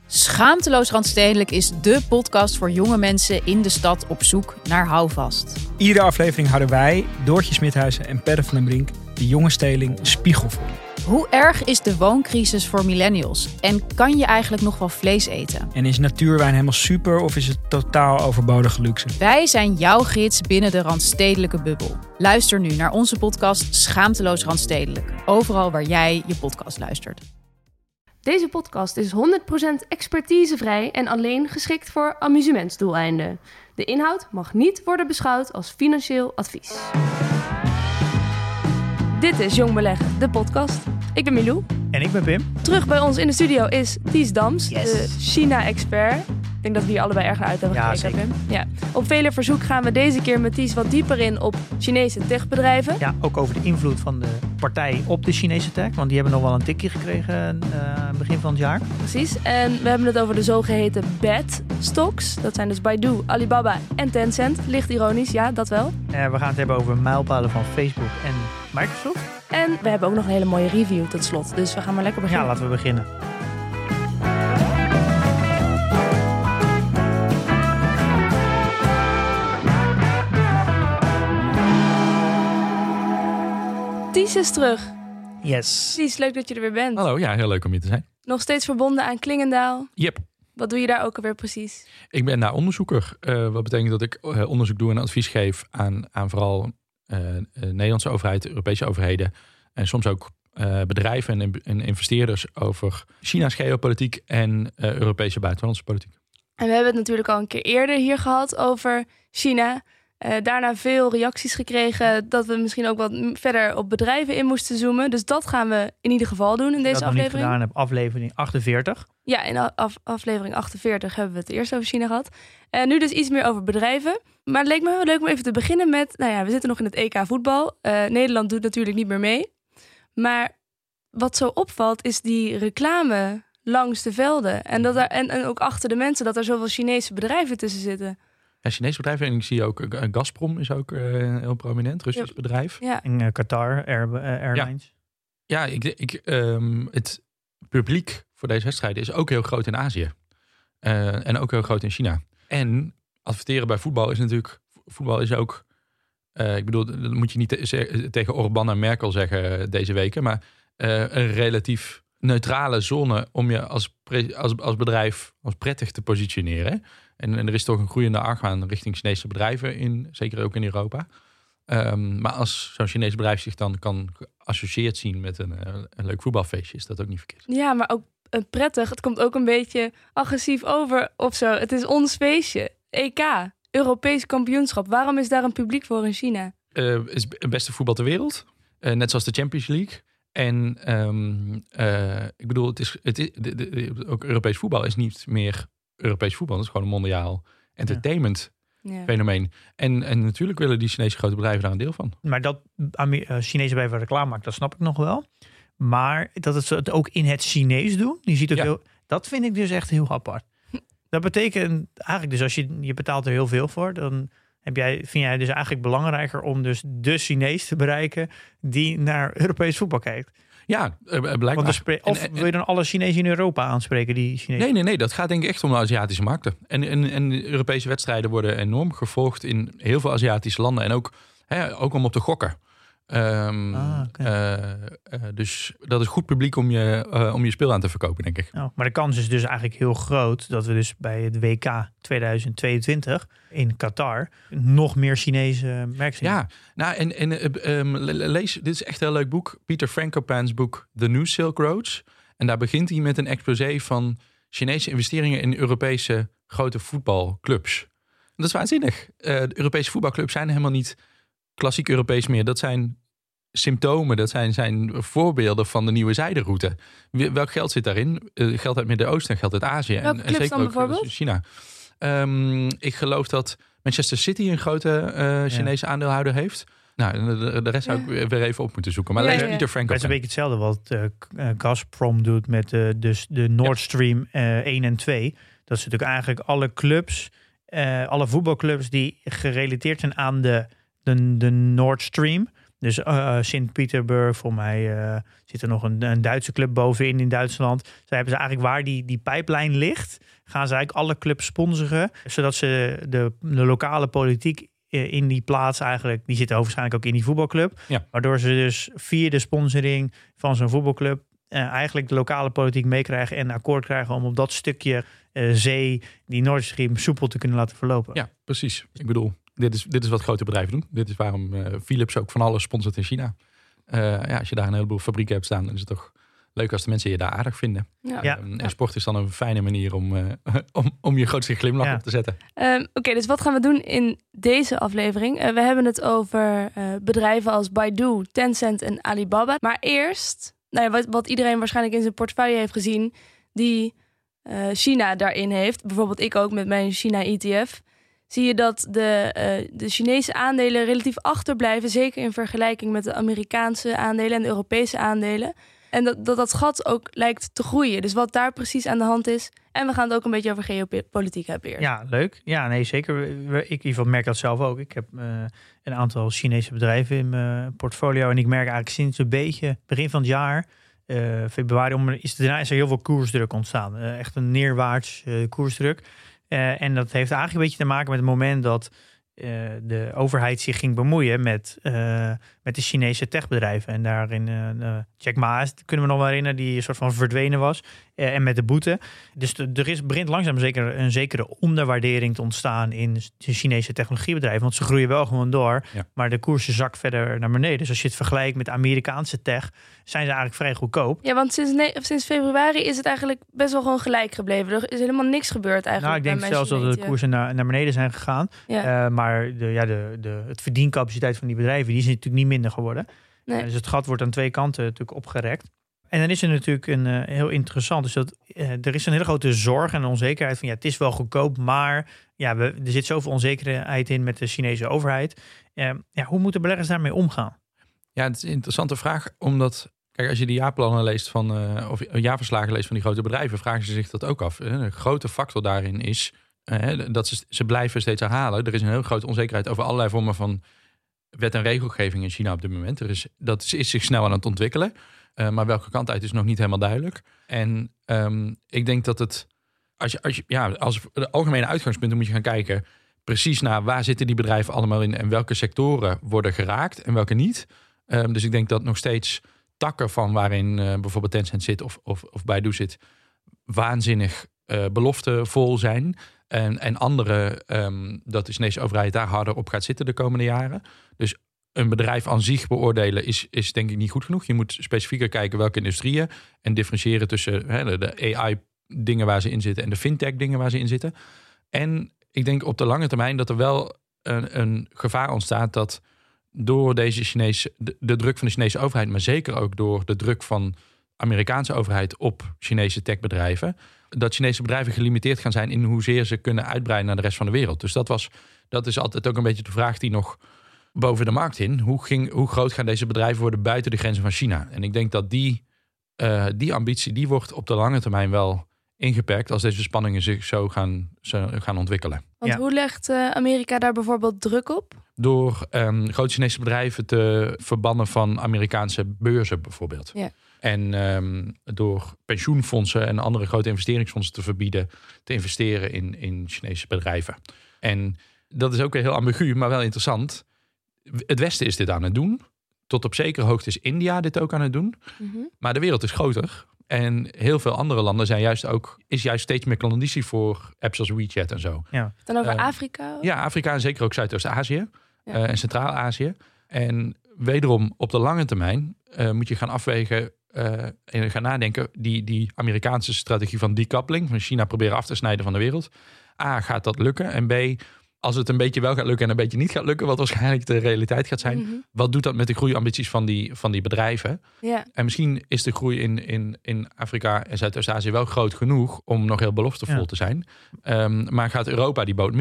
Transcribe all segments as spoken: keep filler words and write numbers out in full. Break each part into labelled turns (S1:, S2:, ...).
S1: Schaamteloos Randstedelijk is dé podcast voor jonge mensen in de stad op zoek naar houvast.
S2: Iedere aflevering houden wij, Doortje Smithuizen en Perre van den Brink, de jonge steling spiegel voor.
S1: Hoe erg is de wooncrisis voor millennials? En kan je eigenlijk nog wel vlees eten?
S2: En is natuurwijn helemaal super of is het totaal overbodige luxe?
S1: Wij zijn jouw gids binnen de Randstedelijke bubbel. Luister nu naar onze podcast Schaamteloos Randstedelijk. Overal waar jij je podcast luistert.
S3: Deze podcast is honderd procent expertisevrij en alleen geschikt voor amusementsdoeleinden. De inhoud mag niet worden beschouwd als financieel advies. Dit is Jong Beleggen, de podcast. Ik ben Milou.
S4: En ik ben Pim.
S3: Terug bij ons in de studio is Ties Dams,
S4: Yes.
S3: de China-expert. Ik denk dat we hier allebei erg naar uit hebben
S4: Ja,
S3: gekeken,
S4: zeker.
S3: Pim. Ja. Op vele verzoek gaan we deze keer met Ties wat dieper in op Chinese techbedrijven.
S4: Ja, ook over de invloed van de partij op de Chinese tech. Want die hebben nog wel een tikje gekregen uh, begin van het jaar.
S3: Precies. En we hebben het over de zogeheten bad stocks. Dat zijn dus Baidu, Alibaba en Tencent. Licht ironisch, ja, dat wel.
S4: Uh, we gaan het hebben over mijlpalen van Facebook en Microsoft.
S3: En we hebben ook nog een hele mooie review tot slot. Dus we gaan maar lekker beginnen.
S4: Ja, laten we beginnen.
S3: Ties is terug.
S4: Yes.
S3: Ties, leuk dat je er weer bent.
S5: Hallo, ja, heel leuk om hier te zijn.
S3: Nog steeds verbonden aan Klingendaal.
S5: Yep.
S3: Wat doe je daar ook alweer precies?
S5: Ik ben daar onderzoeker. Uh, wat betekent dat ik uh, onderzoek doe en advies geef aan, aan vooral uh, de Nederlandse overheid, Europese overheden en soms ook uh, bedrijven en, en investeerders over China's geopolitiek en uh, Europese buitenlandse politiek.
S3: En we hebben het natuurlijk al een keer eerder hier gehad over China. Uh, daarna veel reacties gekregen dat we misschien ook wat verder op bedrijven in moesten zoomen. Dus dat gaan we in ieder geval doen in deze
S4: dat
S3: aflevering.
S4: Dat nog niet gedaan heb, aflevering achtenveertig.
S3: Ja, in af- aflevering achtenveertig hebben we het eerst over China gehad. En uh, nu dus iets meer over bedrijven. Maar het leek me wel leuk om even te beginnen met... Nou ja, we zitten nog in het E K voetbal. Uh, Nederland doet natuurlijk niet meer mee. Maar wat zo opvalt is die reclame langs de velden. En, dat er, en, en ook achter de mensen dat er zoveel Chinese bedrijven tussen zitten.
S5: Ja, Chinese bedrijven. En ik zie ook uh, Gazprom is ook uh, heel prominent, Russisch ja. bedrijf.
S3: Ja.
S4: En uh, Qatar Air, uh, Airlines.
S5: Ja, ja ik, ik, um, het publiek voor deze wedstrijden is ook heel groot in Azië. Uh, en ook heel groot in China. En adverteren bij voetbal is natuurlijk... Voetbal is ook... Uh, ik bedoel, dat moet je niet te, tegen Orbán en Merkel zeggen deze weken. Maar uh, een relatief neutrale zone om je als, pre, als, als bedrijf als prettig te positioneren. En, en er is toch een groeiende argwaan richting Chinese bedrijven, in, zeker ook in Europa. Um, maar als zo'n Chinese bedrijf zich dan kan geassocieerd zien met een, een leuk voetbalfeestje, is dat ook niet verkeerd.
S3: Ja, maar ook uh, prettig. Het komt ook een beetje agressief over of zo. Het is ons feestje. E K, Europees kampioenschap. Waarom is daar een publiek voor in China?
S5: Uh, het is het beste voetbal ter wereld. Uh, net zoals de Champions League. En um, uh, ik bedoel, het is, het is, de, de, de, ook Europees voetbal is niet meer Europees voetbal. Dat is gewoon een mondiaal entertainment ja. fenomeen. En, en natuurlijk willen die Chinese grote bedrijven daar een deel van.
S4: Maar dat uh, Chinese bedrijven reclame maken, dat snap ik nog wel. Maar dat het, het ook in het Chinees doen, je ziet ook ja. heel, dat vind ik dus echt heel apart. Dat betekent eigenlijk dus als je, je betaalt er heel veel voor, dan heb jij, vind jij dus eigenlijk belangrijker om dus de Chinees te bereiken die naar Europees voetbal kijkt.
S5: Ja, blijkbaar.
S4: Want spre- of wil je dan alle Chinezen in Europa aanspreken? Die Chinezen?
S5: Nee, nee, nee. Dat gaat denk ik echt om de Aziatische markten. En, en, en de Europese wedstrijden worden enorm gevolgd in heel veel Aziatische landen. En ook, hè, ook om op te gokken. Um, ah, okay. uh, uh, dus dat is goed publiek om je, uh, om je speel aan te verkopen, denk ik.
S4: Oh, maar de kans is dus eigenlijk heel groot dat we dus bij het W K tweeduizend tweeëntwintig in Qatar nog meer Chinese merken zien.
S5: Ja, nou en, en uh, um, lees, dit is echt een heel leuk boek. Peter Frankopan's boek The New Silk Roads. En daar begint hij met een exposé van Chinese investeringen in Europese grote voetbalclubs. En dat is waanzinnig. Uh, de Europese voetbalclubs zijn helemaal niet klassiek Europees meer. Dat zijn symptomen, dat zijn, zijn voorbeelden van de nieuwe zijderoute. Welk geld zit daarin? Uh, geld uit het Midden-Oosten, geld uit Azië.
S3: Welke
S5: en,
S3: clubs
S5: en zeker
S3: dan
S5: ook
S3: bijvoorbeeld?
S5: China. Um, ik geloof dat Manchester City een grote uh, Chinese ja. aandeelhouder heeft. Nou, de, de rest zou ik ja. weer even op moeten zoeken. Maar ja, lees ja, ja. Peter Frankopan.
S4: Het is een beetje hetzelfde wat uh, Gazprom doet met uh, dus de Nord Stream uh, één en twee. Dat is natuurlijk eigenlijk alle clubs, uh, alle voetbalclubs die gerelateerd zijn aan de, de, de Nord Stream. Dus uh, Sint-Petersburg, voor mij uh, zit er nog een, een Duitse club bovenin in Duitsland. Zij hebben ze eigenlijk waar die, die pijplijn ligt, gaan ze eigenlijk alle clubs sponsoren. Zodat ze de, de lokale politiek in die plaats eigenlijk, die zitten waarschijnlijk ook in die voetbalclub. Ja. Waardoor ze dus via de sponsoring van zo'n voetbalclub uh, eigenlijk de lokale politiek meekrijgen en akkoord krijgen om op dat stukje uh, zee, die Nord Stream, soepel te kunnen laten verlopen.
S5: Ja, precies. Ik bedoel, dit is, dit is wat grote bedrijven doen. Dit is waarom uh, Philips ook van alles sponsort in China. Uh, ja, als je daar een heleboel fabrieken hebt staan, dan is het toch leuk als de mensen je daar aardig vinden. Ja. Ja. Um, en sport is dan een fijne manier om, uh, om, om je grootste glimlach ja. op te zetten.
S3: Um, Oké, okay, dus wat gaan we doen in deze aflevering? Uh, we hebben het over uh, bedrijven als Baidu, Tencent en Alibaba. Maar eerst, nou ja, wat, wat iedereen waarschijnlijk in zijn portefeuille heeft gezien, die uh, China daarin heeft. Bijvoorbeeld ik ook met mijn China E T F. Zie je dat de, uh, de Chinese aandelen relatief achterblijven. Zeker in vergelijking met de Amerikaanse aandelen en de Europese aandelen. En dat, dat dat gat ook lijkt te groeien. Dus wat daar precies aan de hand is. En we gaan het ook een beetje over geopolitiek hebben eerst.
S4: Ja, leuk. Ja, nee, zeker. Ik in ieder geval merk dat zelf ook. Ik heb uh, een aantal Chinese bedrijven in mijn portfolio. En ik merk eigenlijk sinds een beetje begin van het jaar, uh, februari, om, is, daarna is er heel veel koersdruk ontstaan. Uh, echt een neerwaarts uh, koersdruk. Uh, en dat heeft eigenlijk een beetje te maken met het moment dat uh, de overheid zich ging bemoeien met, uh, met de Chinese techbedrijven. En daarin uh, Jack Ma, kunnen we nog wel herinneren, die een soort van verdwenen was. Uh, en met de boete. Dus de, er is, begint langzaam zeker een zekere onderwaardering te ontstaan in de Chinese technologiebedrijven. Want ze groeien wel gewoon door. Ja. Maar de koersen zakken verder naar beneden. Dus als je het vergelijkt met Amerikaanse tech, zijn ze eigenlijk vrij goedkoop.
S3: Ja, want sinds, ne- sinds februari is het eigenlijk best wel gewoon gelijk gebleven. Er is helemaal niks gebeurd eigenlijk.
S4: Nou, ik denk zelfs dat de koersen naar, naar beneden zijn gegaan. Ja. Uh, maar de, ja, de, de, het verdiencapaciteit van die bedrijven, die is natuurlijk niet minder geworden. Nee. Uh, dus het gat wordt aan twee kanten natuurlijk opgerekt. En dan is er natuurlijk een uh, heel interessant. Dus dat uh, er is een hele grote zorg en onzekerheid van ja, het is wel goedkoop, maar ja, we, er zit zoveel onzekerheid in met de Chinese overheid. Uh, ja, hoe moeten beleggers daarmee omgaan?
S5: Ja, het is een interessante vraag, omdat kijk, als je die jaarplannen leest van uh, of jaarverslagen leest van die grote bedrijven, vragen ze zich dat ook af. Een grote factor daarin is uh, dat ze, ze blijven steeds herhalen. Er is een heel grote onzekerheid over allerlei vormen van wet en regelgeving in China op dit moment. Er is, dat is, is zich snel aan het ontwikkelen. Uh, maar welke kant uit is nog niet helemaal duidelijk. En um, ik denk dat het, als je, als je, ja, als de algemene uitgangspunten moet je gaan kijken precies naar waar zitten die bedrijven allemaal in en welke sectoren worden geraakt en welke niet. Um, dus ik denk dat nog steeds takken van waarin uh, bijvoorbeeld Tencent zit of, of, of Baidu zit, waanzinnig uh, beloftevol zijn. En, en andere, um, dat de Chinese overheid daar harder op gaat zitten de komende jaren. Dus een bedrijf aan zich beoordelen is, is denk ik niet goed genoeg. Je moet specifieker kijken welke industrieën en differentiëren tussen hè, de A I-dingen waar ze in zitten en de fintech-dingen waar ze in zitten. En ik denk op de lange termijn dat er wel een, een gevaar ontstaat dat door deze Chinese, de, de druk van de Chinese overheid, maar zeker ook door de druk van de Amerikaanse overheid op Chinese techbedrijven, dat Chinese bedrijven gelimiteerd gaan zijn in hoezeer ze kunnen uitbreiden naar de rest van de wereld. Dus dat was, dat is altijd ook een beetje de vraag die nog boven de markt in. Hoe, ging, hoe groot gaan deze bedrijven worden buiten de grenzen van China? En ik denk dat die, uh, die ambitie, die wordt op de lange termijn wel ingeperkt als deze spanningen zich zo gaan, zo gaan ontwikkelen.
S3: Want ja. Hoe legt uh, Amerika daar bijvoorbeeld druk op?
S5: Door um, grote Chinese bedrijven te verbannen van Amerikaanse beurzen bijvoorbeeld. Ja. En um, door pensioenfondsen en andere grote investeringsfondsen te verbieden te investeren in, in Chinese bedrijven. En dat is ook weer heel ambigu, maar wel interessant. Het Westen is dit aan het doen. Tot op zekere hoogte is India dit ook aan het doen. Mm-hmm. Maar de wereld is groter. En heel veel andere landen zijn juist ook, is juist steeds meer klanditie voor apps als WeChat en zo.
S3: Ja. Dan over uh, Afrika?
S5: Ja, Afrika en zeker ook Zuidoost-Azië ja. uh, en Centraal-Azië. En wederom op de lange termijn uh, moet je gaan afwegen uh, en gaan nadenken. Die, die Amerikaanse strategie van decoupling, van China proberen af te snijden van de wereld. A, gaat dat lukken? En B, als het een beetje wel gaat lukken en een beetje niet gaat lukken, wat waarschijnlijk de realiteit gaat zijn, mm-hmm. Wat doet dat met de groeiambities van die, van die bedrijven? Yeah. En misschien is de groei in, in, in Afrika en Zuidoost-Azië wel groot genoeg om nog heel beloftevol ja. te zijn. Um, maar gaat Europa die boot missen?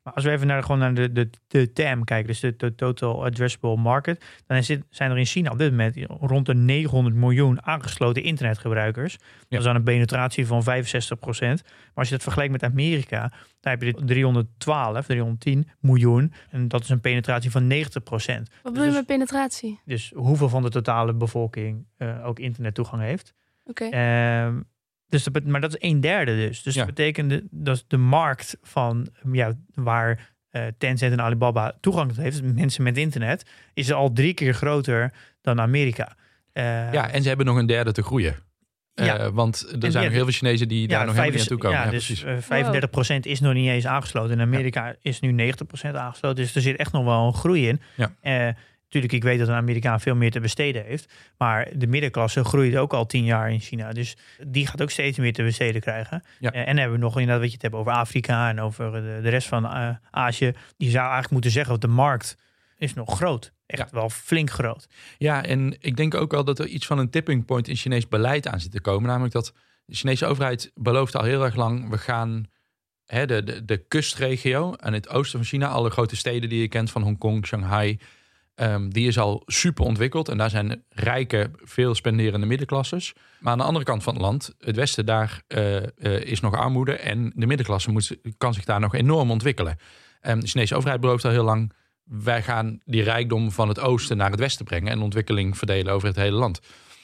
S4: Maar als we even naar, gewoon naar de, de, de T A M kijken, dus de, de Total Addressable Market, dan is dit, zijn er in China op dit moment rond de negenhonderd miljoen aangesloten internetgebruikers. Ja. Dat is dan een penetratie van vijfenzestig procent. Maar als je dat vergelijkt met Amerika, dan heb je dit driehonderdtwaalf, driehonderdtien miljoen. En dat is een penetratie van negentig procent.
S3: Wat bedoel je
S4: dus,
S3: met penetratie?
S4: Dus hoeveel van de totale bevolking uh, ook internettoegang heeft.
S3: Oké. Okay.
S4: Uh, Dus dat, maar dat is een derde dus. Dus ja. dat betekent dat de markt van ja, waar uh, Tencent en Alibaba toegang tot heeft, mensen met internet, is al drie keer groter dan Amerika.
S5: Uh, ja, en ze hebben nog een derde te groeien. Uh, ja. Want er en zijn nog heel veel Chinezen die ja, daar nog helemaal niet naartoe komen.
S4: Ja,
S5: ja,
S4: dus
S5: precies.
S4: Uh, vijfendertig procent is nog niet eens aangesloten. In Amerika ja. is nu negentig procent aangesloten. Dus er zit echt nog wel een groei in. Ja. Uh, Natuurlijk, ik weet dat een Amerikaan veel meer te besteden heeft. Maar de middenklasse groeit ook al tien jaar in China. Dus die gaat ook steeds meer te besteden krijgen. Ja. Uh, en dan hebben we nog inderdaad wat je het hebt over Afrika en over de, de rest van uh, Azië. Je zou eigenlijk moeten zeggen dat de markt is nog groot. Echt ja. wel flink groot.
S5: Ja, en ik denk ook wel dat er iets van een tipping point in Chinees beleid aan zit te komen. Namelijk dat de Chinese overheid belooft al heel erg lang, we gaan hè, de, de, de kustregio aan het oosten van China, alle grote steden die je kent van Hongkong, Shanghai, Um, die is al super ontwikkeld. En daar zijn rijke, veel spenderende middenklasses. Maar aan de andere kant van het land, het westen, daar uh, uh, is nog armoede. En de middenklasse moet, kan zich daar nog enorm ontwikkelen. Um, de Chinese overheid belooft al heel lang, wij gaan die rijkdom van het oosten naar het westen brengen en ontwikkeling verdelen over het hele land.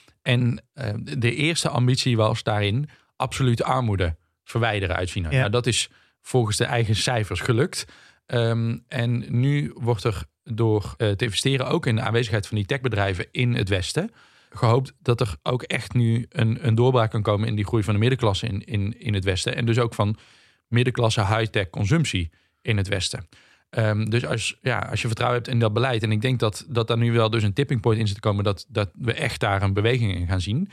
S5: En uh, de eerste ambitie was daarin absolute armoede verwijderen uit China. Ja. Nou, dat is volgens de eigen cijfers gelukt. Um, en nu wordt er door uh, te investeren ook in de aanwezigheid van die techbedrijven in het westen gehoopt dat er ook echt nu een, een doorbraak kan komen in die groei van de middenklasse in, in, in het westen. En dus ook van middenklasse high-tech consumptie in het westen. Um, dus als, ja, als je vertrouwen hebt in dat beleid, en ik denk dat, dat daar nu wel dus een tipping point in zit te komen, dat, dat we echt daar een beweging in gaan zien.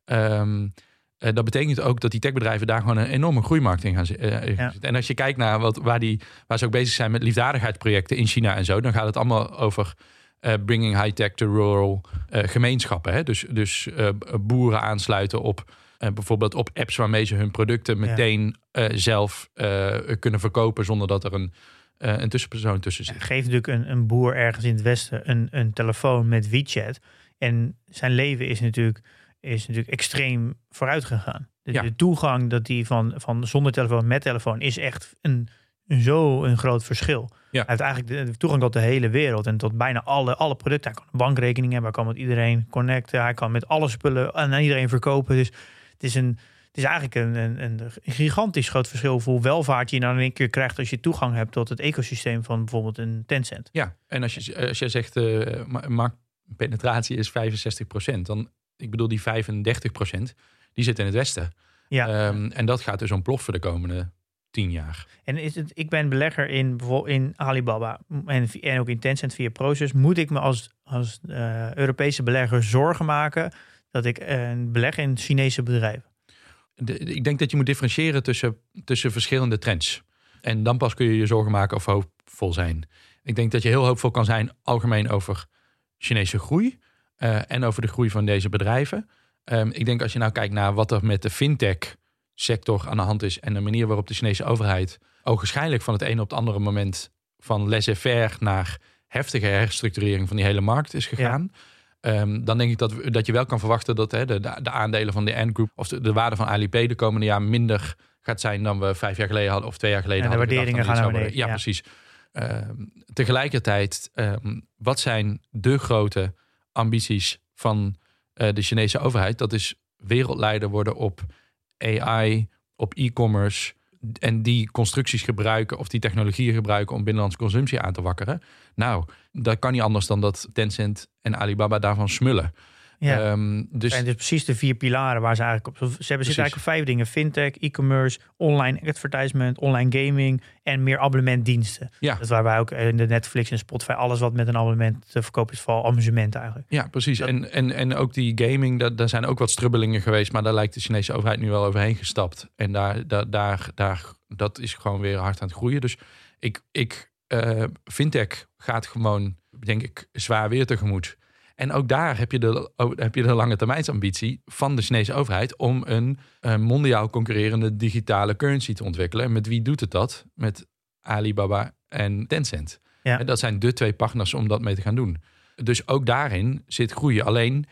S5: Um, uh, dat betekent ook dat die techbedrijven daar gewoon een enorme groeimarkt in gaan zitten. Uh, ja. En als je kijkt naar wat, waar, die, waar ze ook bezig zijn met liefdadigheidsprojecten in China en zo, dan gaat het allemaal over uh, bringing high-tech to rural uh, gemeenschappen. Hè? Dus, dus uh, boeren aansluiten op uh, bijvoorbeeld op apps waarmee ze hun producten meteen uh, zelf uh, kunnen verkopen zonder dat er een Uh, een tussenpersoon tussen zit.
S4: Ja, geeft natuurlijk een, een boer ergens in het westen een, een telefoon met WeChat. En zijn leven is natuurlijk, is natuurlijk extreem vooruit gegaan. De, ja. de toegang dat die van, van zonder telefoon met telefoon is echt een, een zo een groot verschil. Ja. Hij heeft eigenlijk de toegang tot de hele wereld en tot bijna alle, alle producten. Hij kan een bankrekening hebben, hij kan met iedereen connecten. Hij kan met alle spullen aan iedereen verkopen. Dus het is een... Het is eigenlijk een, een, een gigantisch groot verschil hoeveel welvaart je dan in één keer krijgt als je toegang hebt tot het ecosysteem van bijvoorbeeld een Tencent.
S5: Ja, en als je, als je zegt uh, marktpenetratie is vijfenzestig procent, dan, ik bedoel die vijfendertig procent, die zit in het westen. Ja. Um, en dat gaat dus ontploffen de komende tien jaar.
S4: En is het, ik ben belegger in, in Alibaba en, en ook in Tencent via Prosus. Moet ik me als, als uh, Europese belegger zorgen maken dat ik uh, beleg in Chinese bedrijven?
S5: De, ik denk dat je moet differentiëren tussen, tussen verschillende trends. En dan pas kun je je zorgen maken of hoopvol zijn. Ik denk dat je heel hoopvol kan zijn algemeen over Chinese groei. Uh, en over de groei van deze bedrijven. Um, ik denk als je nou kijkt naar wat er met de fintech sector aan de hand is. En de manier waarop de Chinese overheid ogenschijnlijk van het ene op het andere moment van laissez-faire naar heftige herstructurering van die hele markt is gegaan. Ja. Um, dan denk ik dat, dat je wel kan verwachten dat hè, de, de aandelen van de Ant Group of de, de waarde van Alipay de komende jaar minder gaat zijn dan we vijf jaar geleden hadden of twee jaar geleden
S4: en de
S5: hadden.
S4: waarderingen gaan naar beneden.
S5: Ja, ja, precies. Um, tegelijkertijd, um, wat zijn de grote ambities van uh, de Chinese overheid? Dat is wereldleider worden op A I, op e-commerce en die constructies gebruiken of die technologieën gebruiken om binnenlandse consumptie aan te wakkeren. Nou, dat kan niet anders dan dat Tencent en Alibaba daarvan smullen.
S4: Ja, um, dus, en dus precies de vier pilaren waar ze eigenlijk op... Ze hebben zitten eigenlijk op vijf dingen. Fintech, e-commerce, online advertisement, online gaming en meer abonnementdiensten. Ja. Dat is waar wij ook in de Netflix en Spotify, alles wat met een abonnement te verkopen is, vooral amusement eigenlijk.
S5: Ja, precies. Dat... En, en, en ook die gaming, daar, daar zijn ook wat strubbelingen geweest, maar daar lijkt de Chinese overheid nu wel overheen gestapt. En daar, daar, daar, daar, dat is gewoon weer hard aan het groeien. Dus ik, ik uh, fintech gaat gewoon, denk ik, zwaar weer tegemoet. En ook daar heb je de, heb je de lange termijnsambitie van de Chinese overheid om een, een mondiaal concurrerende digitale currency te ontwikkelen. En met wie doet het dat? Met Alibaba en Tencent.
S4: Ja.
S5: En dat zijn de twee partners om dat mee te gaan doen. Dus ook daarin zit groeien. Alleen,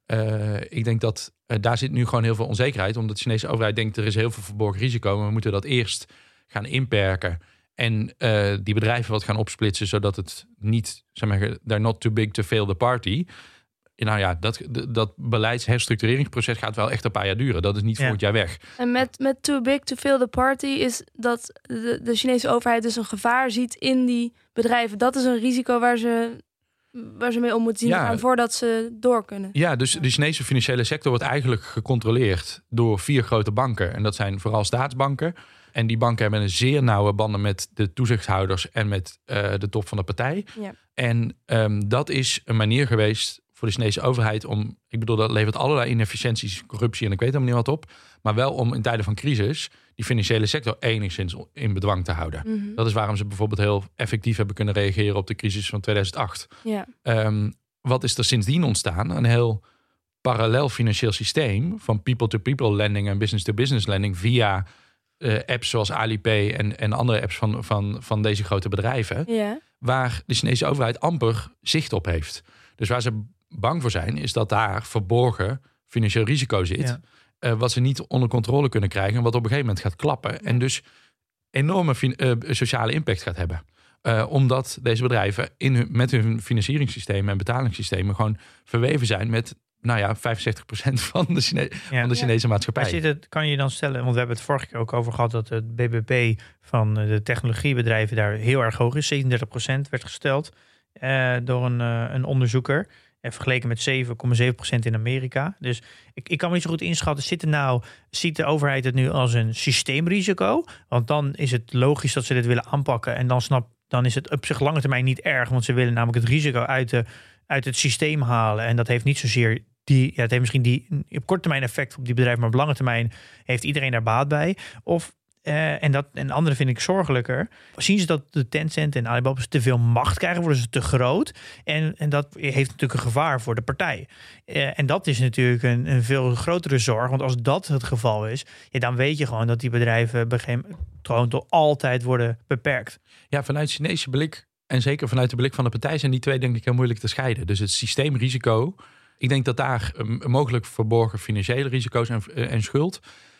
S5: uh, ik denk dat uh, daar zit nu gewoon heel veel onzekerheid. Omdat de Chinese overheid denkt, er is heel veel verborgen risico. Maar we moeten dat eerst gaan inperken. En uh, die bedrijven wat gaan opsplitsen, zodat het niet, zeg maar, they're not too big to fail the party. Nou ja, dat, dat beleidsherstructureringsproces gaat wel echt een paar jaar duren. Dat is niet
S4: ja.
S5: volgend jaar weg.
S3: En met, met too big to fail the party is dat de, de Chinese overheid dus een gevaar ziet in die bedrijven. Dat is een risico waar ze, waar ze mee om moeten zien
S5: Ja.
S3: gaan voordat ze door kunnen.
S5: Ja, dus de Chinese financiële sector wordt eigenlijk gecontroleerd door vier grote banken. En dat zijn vooral staatsbanken. En die banken hebben een zeer nauwe banden met de toezichthouders en met uh, de top van de partij.
S3: Ja.
S5: En um, dat is een manier geweest voor de Chinese overheid om, ik bedoel, dat levert allerlei inefficiënties, corruptie en ik weet helemaal niet wat op. Maar wel om in tijden van crisis die financiële sector enigszins in bedwang te houden.
S3: Mm-hmm.
S5: Dat is waarom ze bijvoorbeeld heel effectief hebben kunnen reageren op de crisis van tweeduizend acht.
S3: Ja.
S5: Um, wat is er sindsdien ontstaan? Een heel parallel financieel systeem van people-to-people lending en business-to-business lending via uh, apps zoals Alipay en, en andere apps van, van, van deze grote bedrijven.
S3: Ja.
S5: Waar de Chinese overheid amper zicht op heeft. Dus waar ze bang voor zijn, is dat daar verborgen financieel risico zit.
S4: Ja.
S5: Uh, wat ze niet onder controle kunnen krijgen. En wat op een gegeven moment gaat klappen. Ja. En dus enorme fin- uh, sociale impact gaat hebben. Uh, omdat deze bedrijven in hun, met hun financieringssystemen en betalingssystemen gewoon verweven zijn met, nou ja, vijfenzestig procent van de, Chine-
S4: Ja.
S5: van de Chinese maatschappij.
S4: Maar zit het, kan je dan stellen, want we hebben het vorige keer ook over gehad dat het B B P van de technologiebedrijven daar heel erg hoog is. zevenendertig procent werd gesteld uh, door een, uh, een onderzoeker. En vergeleken met zeven komma zeven procent in Amerika. Dus ik, ik kan me niet zo goed inschatten. Zit er nou, ziet de overheid het nu als een systeemrisico? Want dan is het logisch dat ze dit willen aanpakken. En dan, snap, dan is het op zich lange termijn niet erg. Want ze willen namelijk het risico uit, de, uit het systeem halen. En dat heeft niet zozeer die... Ja, het heeft misschien die op korte termijn effect op die bedrijven. Maar op lange termijn heeft iedereen daar baat bij. Of... Uh, en dat en andere vind ik zorgelijker. Zien ze dat de Tencent en Alibaba te veel macht krijgen, worden ze te groot. En, en dat heeft natuurlijk een gevaar voor de partij. Uh, en dat is natuurlijk een, een veel grotere zorg. Want als dat het geval is, ja, dan weet je gewoon dat die bedrijven gewoon toch altijd worden beperkt.
S5: Ja, vanuit Chinese blik en zeker vanuit de blik van de partij zijn die twee denk ik heel moeilijk te scheiden. Dus het systeemrisico, ik denk dat daar um, mogelijk verborgen financiële risico's en, uh, en schuld.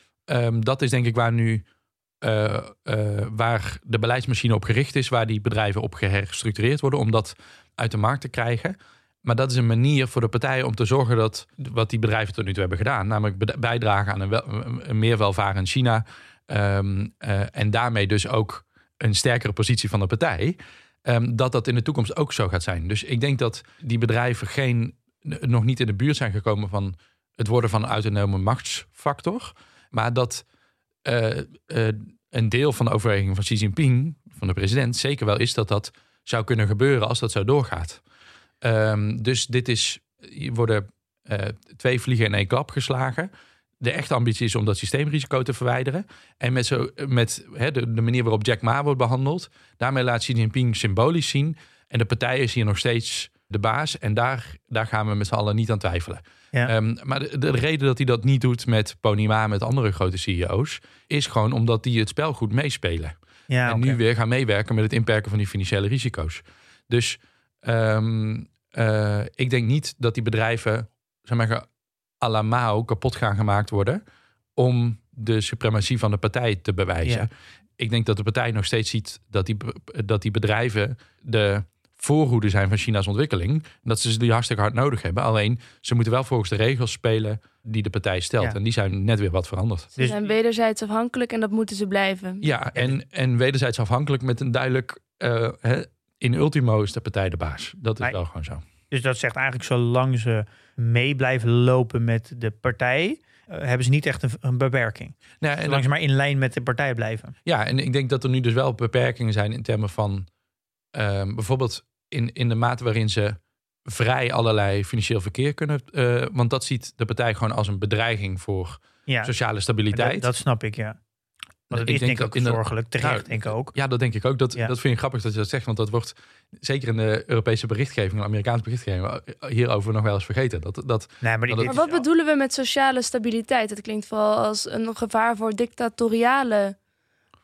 S5: Um, dat is denk ik waar nu Uh, uh, waar de beleidsmachine op gericht is, waar die bedrijven op geherstructureerd worden om dat uit de markt te krijgen. Maar dat is een manier voor de partijen om te zorgen dat wat die bedrijven tot nu toe hebben gedaan, namelijk bijdragen aan een, wel, een meer welvarend China um, uh, en daarmee dus ook een sterkere positie van de partij, um, dat dat in de toekomst ook zo gaat zijn. Dus ik denk dat die bedrijven geen, nog niet in de buurt zijn gekomen van het worden van een autonome machtsfactor, maar dat Uh, uh, een deel van de overweging van Xi Jinping, van de president, zeker wel is dat dat zou kunnen gebeuren als dat zo doorgaat. Um, dus dit is, hier worden uh, twee vliegen in één klap geslagen. De echte ambitie is om dat systeemrisico te verwijderen. En met, zo, met he, de, de manier waarop Jack Ma wordt behandeld, daarmee laat Xi Jinping symbolisch zien. En de partij is hier nog steeds de baas. En daar, daar gaan we met z'n allen niet aan twijfelen. Ja. Um, maar de, de reden dat hij dat niet doet met Pony Ma, met andere grote C E O's, is gewoon omdat die het spel goed meespelen.
S4: Ja,
S5: en
S4: okay.
S5: nu weer gaan meewerken met het inperken van die financiële risico's. Dus um, uh, ik denk niet dat die bedrijven, zeg maar, à la Mao kapot gaan gemaakt worden om de suprematie van de partij te bewijzen. Ja. Ik denk dat de partij nog steeds ziet dat die, dat die bedrijven de voorhoede zijn van China's ontwikkeling. Dat ze die hartstikke hard nodig hebben. Alleen, ze moeten wel volgens de regels spelen die de partij stelt. Ja. En die zijn net weer wat veranderd.
S3: Ze zijn wederzijds afhankelijk en dat moeten ze blijven.
S5: Ja, en, en wederzijds afhankelijk met een duidelijk... Uh, he, in ultimo is de partij de baas. Dat is nee. wel gewoon zo.
S4: Dus dat zegt eigenlijk, zolang ze mee blijven lopen met de partij, uh, hebben ze niet echt een, een beperking. Nou, zolang dat, ze maar in lijn met de partij blijven.
S5: Ja, en ik denk dat er nu dus wel beperkingen zijn in termen van uh, bijvoorbeeld in, in de mate waarin ze vrij allerlei financieel verkeer kunnen. Uh, want dat ziet de partij gewoon als een bedreiging voor ja, sociale stabiliteit.
S4: Dat, dat snap ik, ja. Maar dat
S5: ik
S4: is denk ik ook
S5: in
S4: zorgelijk. Terecht,
S5: nou,
S4: denk ik ook.
S5: Ja, dat denk ik ook. Dat,
S4: ja.
S5: dat vind ik grappig dat je dat zegt. Want dat wordt zeker in de Europese berichtgeving, de Amerikaanse berichtgeving, hierover nog wel eens vergeten. Dat, dat,
S4: nee, maar,
S5: dat
S3: maar
S5: het,
S3: wat bedoelen we met sociale stabiliteit? Het klinkt vooral als een gevaar voor dictatoriale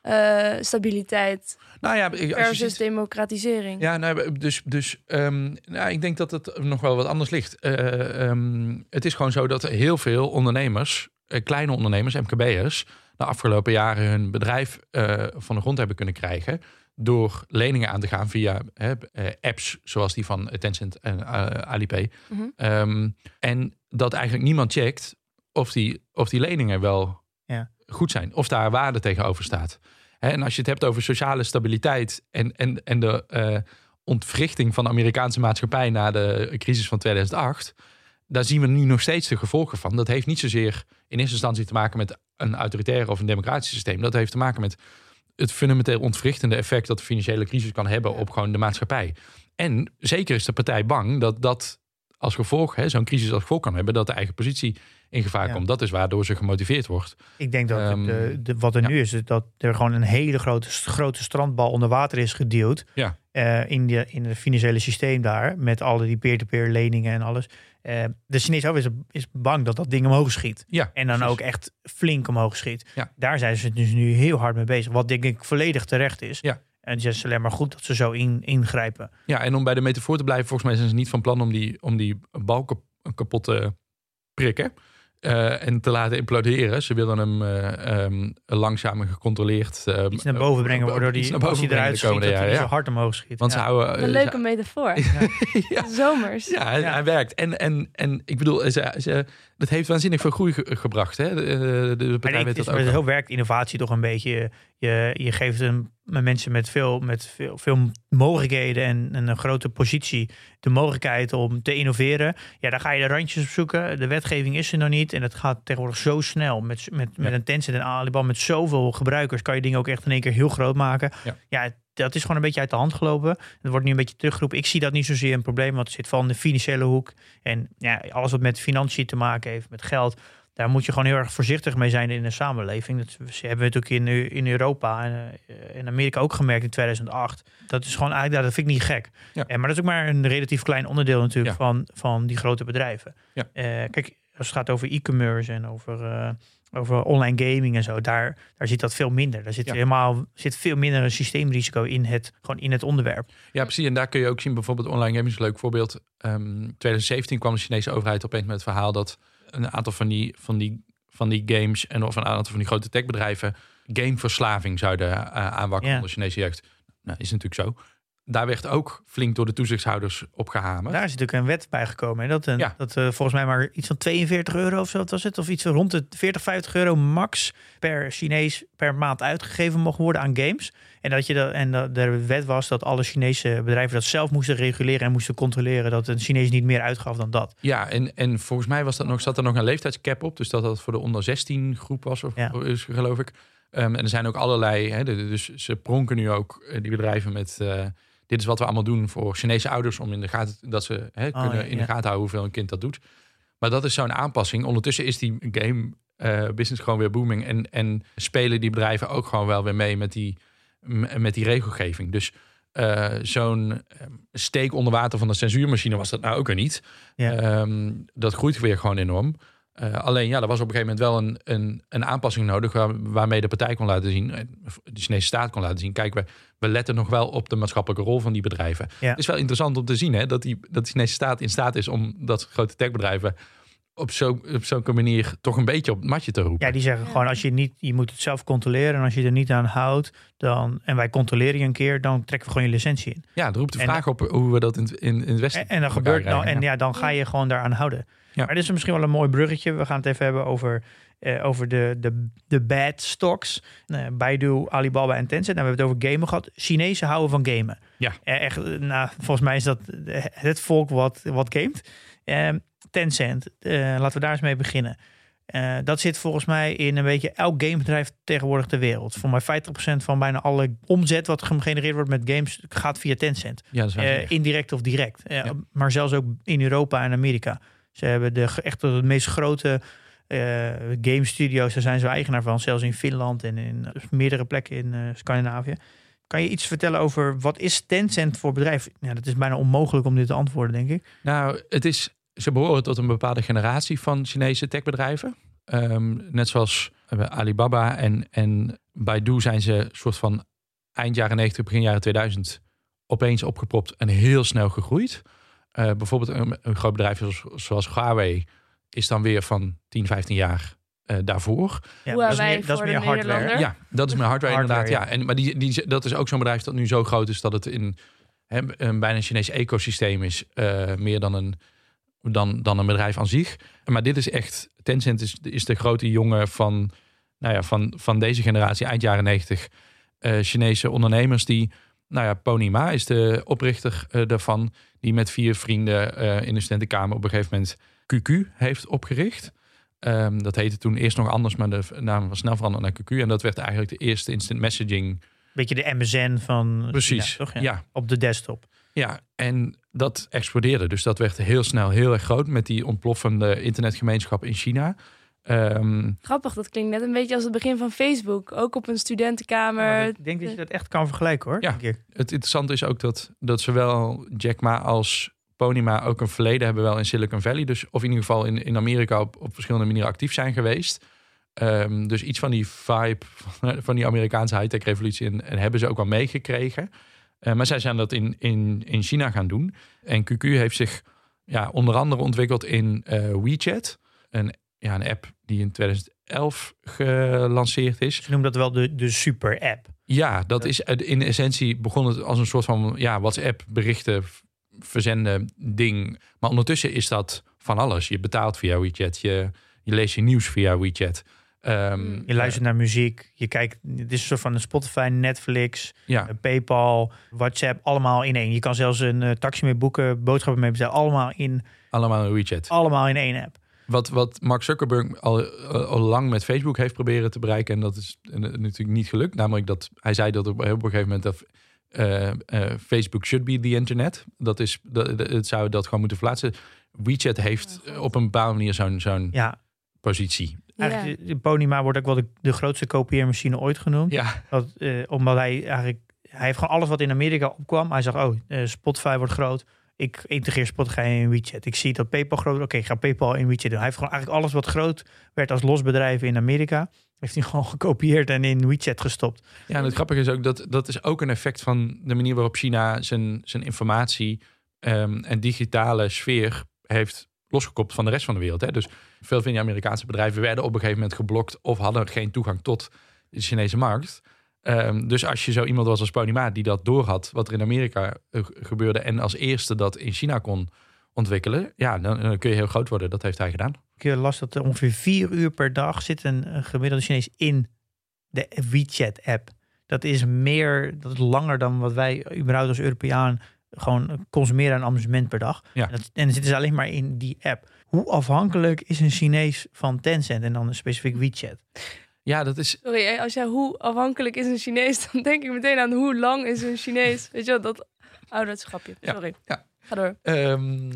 S3: uh, stabiliteit
S5: Nou ja, als je
S3: versus
S5: ziet,
S3: democratisering.
S5: Ja, nou, dus, dus um, nou, ik denk dat het nog wel wat anders ligt. Uh, um, het is gewoon zo dat heel veel ondernemers, uh, kleine ondernemers, M K B'ers, de afgelopen jaren hun bedrijf uh, van de grond hebben kunnen krijgen door leningen aan te gaan via uh, apps zoals die van Tencent en uh, Alipay.
S3: Mm-hmm.
S5: Um, en dat eigenlijk niemand checkt of die, of die leningen wel ja. goed zijn, of daar waarde tegenover staat. Hè, en als je het hebt over sociale stabiliteit en, en, en de uh, ontwrichting van de Amerikaanse maatschappij na de crisis van tweeduizend acht, daar zien we nu nog steeds de gevolgen van. Dat heeft niet zozeer in eerste instantie te maken met een autoritair of een democratisch systeem. Dat heeft te maken met het fundamenteel ontwrichtende effect dat de financiële crisis kan hebben op gewoon de maatschappij. En zeker is de partij bang dat dat als gevolg, hè, zo'n crisis als gevolg kan hebben, dat de eigen positie in gevaar ja. komt. Dat is waardoor ze gemotiveerd wordt.
S4: Ik denk dat
S5: um,
S4: de, de, wat er ja. nu is, dat er gewoon een hele grote, grote strandbal onder water is geduwd.
S5: Ja.
S4: Uh, in, de, in het financiële systeem daar, met alle die peer-to-peer leningen en alles. Uh, de Chinese overheid is, is bang dat dat ding omhoog schiet.
S5: Ja,
S4: en dan
S5: precies.
S4: ook echt flink omhoog schiet.
S5: Ja.
S4: Daar zijn ze dus nu heel hard mee bezig. Wat denk ik volledig terecht is.
S5: Ja.
S4: En het is alleen maar goed dat ze zo in, ingrijpen.
S5: Ja, en om bij de metafoor te blijven, volgens mij zijn ze niet van plan om die, om die balken kapot te prikken. Uh, en te laten imploderen. Ze willen hem uh, um, langzaam en gecontroleerd Uh,
S4: iets naar boven brengen, uh, waardoor die, als hij eruit schiet, dat hij ja. zo hard omhoog schiet.
S5: Want
S4: ja.
S5: ze houden, uh,
S3: een leuke metafoor. Ja.
S5: ja.
S3: Zomers.
S5: Ja, hij, ja. hij werkt. En, en, en ik bedoel, ze, ze, dat heeft waanzinnig veel groei ge, gebracht. Hè? De, de partij weet dat ook.
S4: Zo werkt innovatie toch een beetje. Je, je geeft een, mensen met, veel, met veel, veel mogelijkheden en, en een grote positie de mogelijkheid om te innoveren. Ja, daar ga je de randjes op zoeken. De wetgeving is er nog niet. En het gaat tegenwoordig zo snel. Met, met, ja. met een Tencent en Alibaba, met zoveel gebruikers, kan je dingen ook echt in één keer heel groot maken. Ja, ja dat is gewoon een beetje uit de hand gelopen. Het wordt nu een beetje teruggeroepen. Ik zie dat niet zozeer een probleem, want het zit van de financiële hoek. En ja, alles wat met financiën te maken heeft, met geld, daar moet je gewoon heel erg voorzichtig mee zijn in de samenleving. Dat hebben we natuurlijk in, in Europa en in Amerika ook gemerkt in tweeduizend acht. Dat is gewoon eigenlijk, dat vind ik niet gek. Ja. En, maar dat is ook maar een relatief klein onderdeel natuurlijk ja. van, van die grote bedrijven. Ja. Uh, kijk, als het gaat over e-commerce en over, uh, over online gaming en zo, daar, daar zit dat veel minder. Daar zit ja. helemaal zit veel minder een systeemrisico in het, gewoon in het onderwerp.
S5: Ja, precies. En daar kun je ook zien, bijvoorbeeld online gaming is een leuk voorbeeld. Um, twintig zeventien kwam de Chinese overheid opeens met het verhaal dat een aantal van die, van die, van die games en of een aantal van die grote techbedrijven gameverslaving zouden uh, aanwakkeren ja. onder Chinese jeugd. Nou, is natuurlijk zo. Daar werd ook flink door de toezichthouders op gehamerd.
S4: Daar is natuurlijk een wet bij gekomen. En dat een, ja. dat uh, volgens mij maar iets van tweeënveertig euro of zo was het. Of iets van rond de veertig, vijftig euro max per Chinees per maand uitgegeven mogen worden aan games. En dat je dat, en de, de wet was dat alle Chinese bedrijven dat zelf moesten reguleren en moesten controleren dat een Chinees niet meer uitgaf dan dat.
S5: Ja, en, en volgens mij was dat nog, zat er nog een leeftijdscap op. Dus dat dat voor de onder zestien groep was, of, ja. is, geloof ik. Um, en er zijn ook allerlei, hè, dus ze pronken nu ook die bedrijven met Uh, dit is wat we allemaal doen voor Chinese ouders om in de gaten dat ze hè, kunnen oh, ja, in de gaten houden hoeveel een kind dat doet. Maar dat is zo'n aanpassing. Ondertussen is die game uh, business gewoon weer booming en, en spelen die bedrijven ook gewoon wel weer mee met die, met die regelgeving. Dus uh, zo'n steek onder water van de censuurmachine was dat nou ook er niet. Ja. Um, dat groeit weer gewoon enorm. Uh, alleen ja, er was op een gegeven moment wel een, een, een aanpassing nodig waar, waarmee de partij kon laten zien, de Chinese staat kon laten zien, kijk, we, we letten nog wel op de maatschappelijke rol van die bedrijven. Ja. Het is wel interessant om te zien hè, dat, die, dat de Chinese staat in staat is om dat grote techbedrijven op zo'n op zo'n manier toch een beetje op het matje te roepen.
S4: Ja, die zeggen gewoon, als je niet, je moet het zelf controleren en als je er niet aan houdt, dan, en wij controleren je een keer, dan trekken we gewoon je licentie in.
S5: Ja, dat roept de
S4: en,
S5: vraag op hoe we dat in, in, in het Westen
S4: En, en dan gebeurt nou, en ja, dan ga je gewoon daaraan houden. Ja. Maar dit is misschien wel een mooi bruggetje. We gaan het even hebben over, uh, over de, de, de bad stocks. Uh, Baidu, Alibaba en Tencent. Nou, we hebben het over gamen gehad. Chinezen houden van gamen.
S5: Ja.
S4: Uh, echt, nou, volgens mij is dat het volk wat, wat gamet. Uh, Tencent, uh, laten we daar eens mee beginnen. Uh, dat zit volgens mij in een beetje elk gamebedrijf tegenwoordig ter wereld. Voor mij vijftig procent van bijna alle omzet wat gegenereerd wordt met games gaat via Tencent.
S5: Ja, dat is uh,
S4: indirect of direct. Uh,
S5: ja.
S4: Maar zelfs ook in Europa en Amerika. Ze hebben de, echt de meest grote uh, game studio's. Daar zijn ze eigenaar van. Zelfs in Finland en in meerdere plekken in uh, Scandinavië. Kan je iets vertellen over wat is Tencent voor bedrijf? Ja, dat is bijna onmogelijk om dit te antwoorden, denk ik.
S5: Nou, het is, ze behoren tot een bepaalde generatie van Chinese techbedrijven. Um, net zoals Alibaba en, en Baidu zijn ze soort van eind jaren negentig, begin jaren tweeduizend opeens opgepropt en heel snel gegroeid. Uh, bijvoorbeeld een, een groot bedrijf zoals, zoals Huawei is dan weer van tien, vijftien jaar uh, daarvoor.
S3: Ja, dat is meer, dat is meer hardware.
S5: Ja, dat is meer hardware,
S4: hardware
S5: inderdaad. Ja. Ja. En, maar die, die, dat is ook zo'n bedrijf dat nu zo groot is dat het in he, een bijna Chinees ecosysteem is. Uh, meer dan een, dan, dan een bedrijf aan zich. Maar dit is echt, Tencent is, is de grote jongen van, nou ja, van, van deze generatie, eind jaren negentig. Uh, Chinese ondernemers die, nou ja, Pony Ma is de oprichter uh, daarvan, die met vier vrienden uh, in de studentenkamer op een gegeven moment Q Q heeft opgericht. Um, dat heette toen eerst nog anders, maar de naam was snel veranderd naar Q Q. En dat werd eigenlijk de eerste instant messaging.
S4: Beetje de M S N van
S5: Precies,
S4: China, toch? Ja.
S5: Ja.
S4: Op de desktop.
S5: Ja, en dat explodeerde. Dus dat werd heel snel heel erg groot met die ontploffende internetgemeenschap in China. Um,
S3: Grappig, dat klinkt net een beetje als het begin van Facebook. Ook op een studentenkamer.
S4: Ja, ik denk dat je dat echt kan vergelijken, hoor.
S5: Ja, het interessante is ook dat, dat zowel Jack Ma als Pony Ma ook een verleden hebben wel in Silicon Valley. Dus, of in ieder geval in, in Amerika op, op verschillende manieren actief zijn geweest. Um, dus iets van die vibe van die Amerikaanse high-tech revolutie en, en hebben ze ook wel meegekregen. Uh, maar zij zijn dat in, in, in China gaan doen. En Q Q heeft zich ja, onder andere ontwikkeld in uh, WeChat. Een, ja, een app die in tweeduizend elf gelanceerd is.
S4: Ze noemen dat wel de, de super-app.
S5: Ja, dat is in essentie begon het als een soort van ja, WhatsApp berichten verzenden ding. Maar ondertussen is dat van alles. Je betaalt via WeChat. Je, je leest je nieuws via WeChat. Um,
S4: je luistert uh, naar muziek. Je kijkt, het is een soort van een Spotify, Netflix,
S5: ja.
S4: PayPal, WhatsApp, allemaal in één. Je kan zelfs een uh, taxi mee boeken, boodschappen mee bestellen, allemaal in
S5: allemaal in WeChat.
S4: Allemaal in één app.
S5: Wat, wat Mark Zuckerberg al, al lang met Facebook heeft proberen te bereiken, en dat is natuurlijk niet gelukt. Namelijk dat hij zei dat op een gegeven moment dat uh, uh, Facebook should be the internet. Dat is, dat, het zou dat gewoon moeten verplaatsen. WeChat heeft oh, op een bepaalde manier zo'n zo'n
S4: ja.
S5: positie.
S4: Eigenlijk, ja. Pony Ma wordt ook wel de, de grootste kopieermachine ooit genoemd.
S5: Ja.
S4: Dat, uh, omdat hij eigenlijk, hij heeft gewoon alles wat in Amerika opkwam. Hij zag, oh, uh, Spotify wordt groot. Ik integreer Spotify in WeChat. Ik zie dat PayPal groot. Oké, okay, ik ga PayPal in WeChat doen. Hij heeft gewoon eigenlijk alles wat groot werd als los bedrijf in Amerika, heeft hij gewoon gekopieerd en in WeChat gestopt.
S5: Ja, en het grappige is ook dat dat is ook een effect van de manier waarop China zijn, zijn informatie um, en digitale sfeer heeft losgekoppeld van de rest van de wereld. Hè. Dus veel van die Amerikaanse bedrijven werden op een gegeven moment geblokt of hadden geen toegang tot de Chinese markt. Um, dus als je zo iemand was als Pony Ma die dat doorhad, wat er in Amerika uh, gebeurde en als eerste dat in China kon ontwikkelen, ja, dan, dan kun je heel groot worden. Dat heeft hij gedaan.
S4: Ik las dat er ongeveer vier uur per dag zit een, een gemiddelde Chinees in de WeChat-app. Dat is meer, dat is langer dan wat wij überhaupt als Europeaan gewoon consumeren aan amusement per dag.
S5: Ja.
S4: En, dat, en dan zitten ze alleen maar in die app. Hoe afhankelijk is een Chinees van Tencent en dan specifiek WeChat?
S5: Ja, dat is...
S3: Sorry, als jij hoe afhankelijk is een Chinees, dan denk ik meteen aan hoe lang is een Chinees. Weet je wel, dat ouderschapje. Sorry.
S5: Ja, ja.
S3: Ga door.
S5: Um,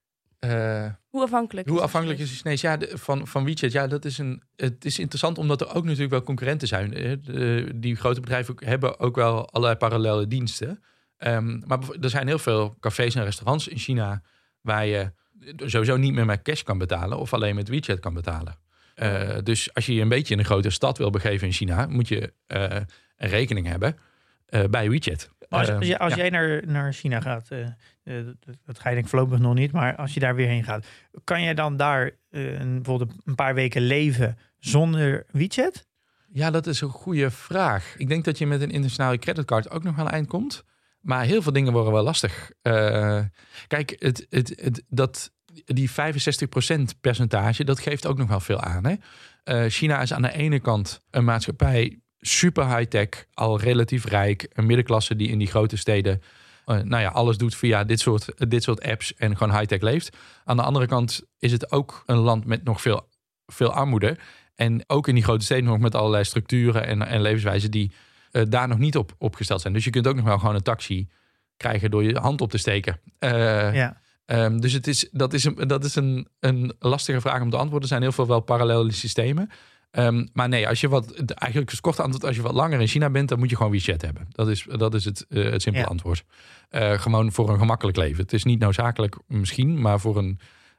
S5: uh,
S3: hoe afhankelijk
S5: Hoe
S3: is
S5: afhankelijk is een Chinees? Ja, de, van, van WeChat. Ja, dat is een. Het is interessant omdat er ook natuurlijk wel concurrenten zijn. De, die grote bedrijven hebben ook wel allerlei parallele diensten. Um, maar er zijn heel veel cafés en restaurants in China waar je sowieso niet meer met cash kan betalen of alleen met WeChat kan betalen. Uh, dus als je je een beetje in een grote stad wil begeven in China, moet je uh, een rekening hebben uh, bij WeChat.
S4: Als,
S5: Uh,
S4: als, je, als
S5: ja.
S4: jij naar, naar China gaat, uh, uh, dat, dat ga je denk ik voorlopig nog niet, maar als je daar weer heen gaat, kan jij dan daar uh, een, bijvoorbeeld een paar weken leven zonder WeChat?
S5: Ja, dat is een goede vraag. Ik denk dat je met een internationale creditcard ook nog aan het eind komt. Maar heel veel dingen worden wel lastig. Uh, kijk, het, het, het, dat, die vijfenzestig procent percentage, dat geeft ook nog wel veel aan. Hè? Uh, China is aan de ene kant een maatschappij, super high-tech, al relatief rijk. Een middenklasse die in die grote steden uh, nou ja, alles doet via dit soort, dit soort apps en gewoon high-tech leeft. Aan de andere kant is het ook een land met nog veel, veel armoede. En ook in die grote steden nog met allerlei structuren en, en levenswijzen die uh, daar nog niet op opgesteld zijn. Dus je kunt ook nog wel gewoon een taxi krijgen door je hand op te steken. Uh,
S4: ja.
S5: Um, dus het is, dat is, een, dat is een, een lastige vraag om te antwoorden. Er zijn heel veel wel parallele systemen. Um, maar nee, als je wat, eigenlijk het korte antwoord, als je wat langer in China bent, dan moet je gewoon WeChat hebben. Dat is, dat is het, uh, het simpele ja. antwoord. Uh, gewoon voor een gemakkelijk leven. Het is niet noodzakelijk misschien, maar voor een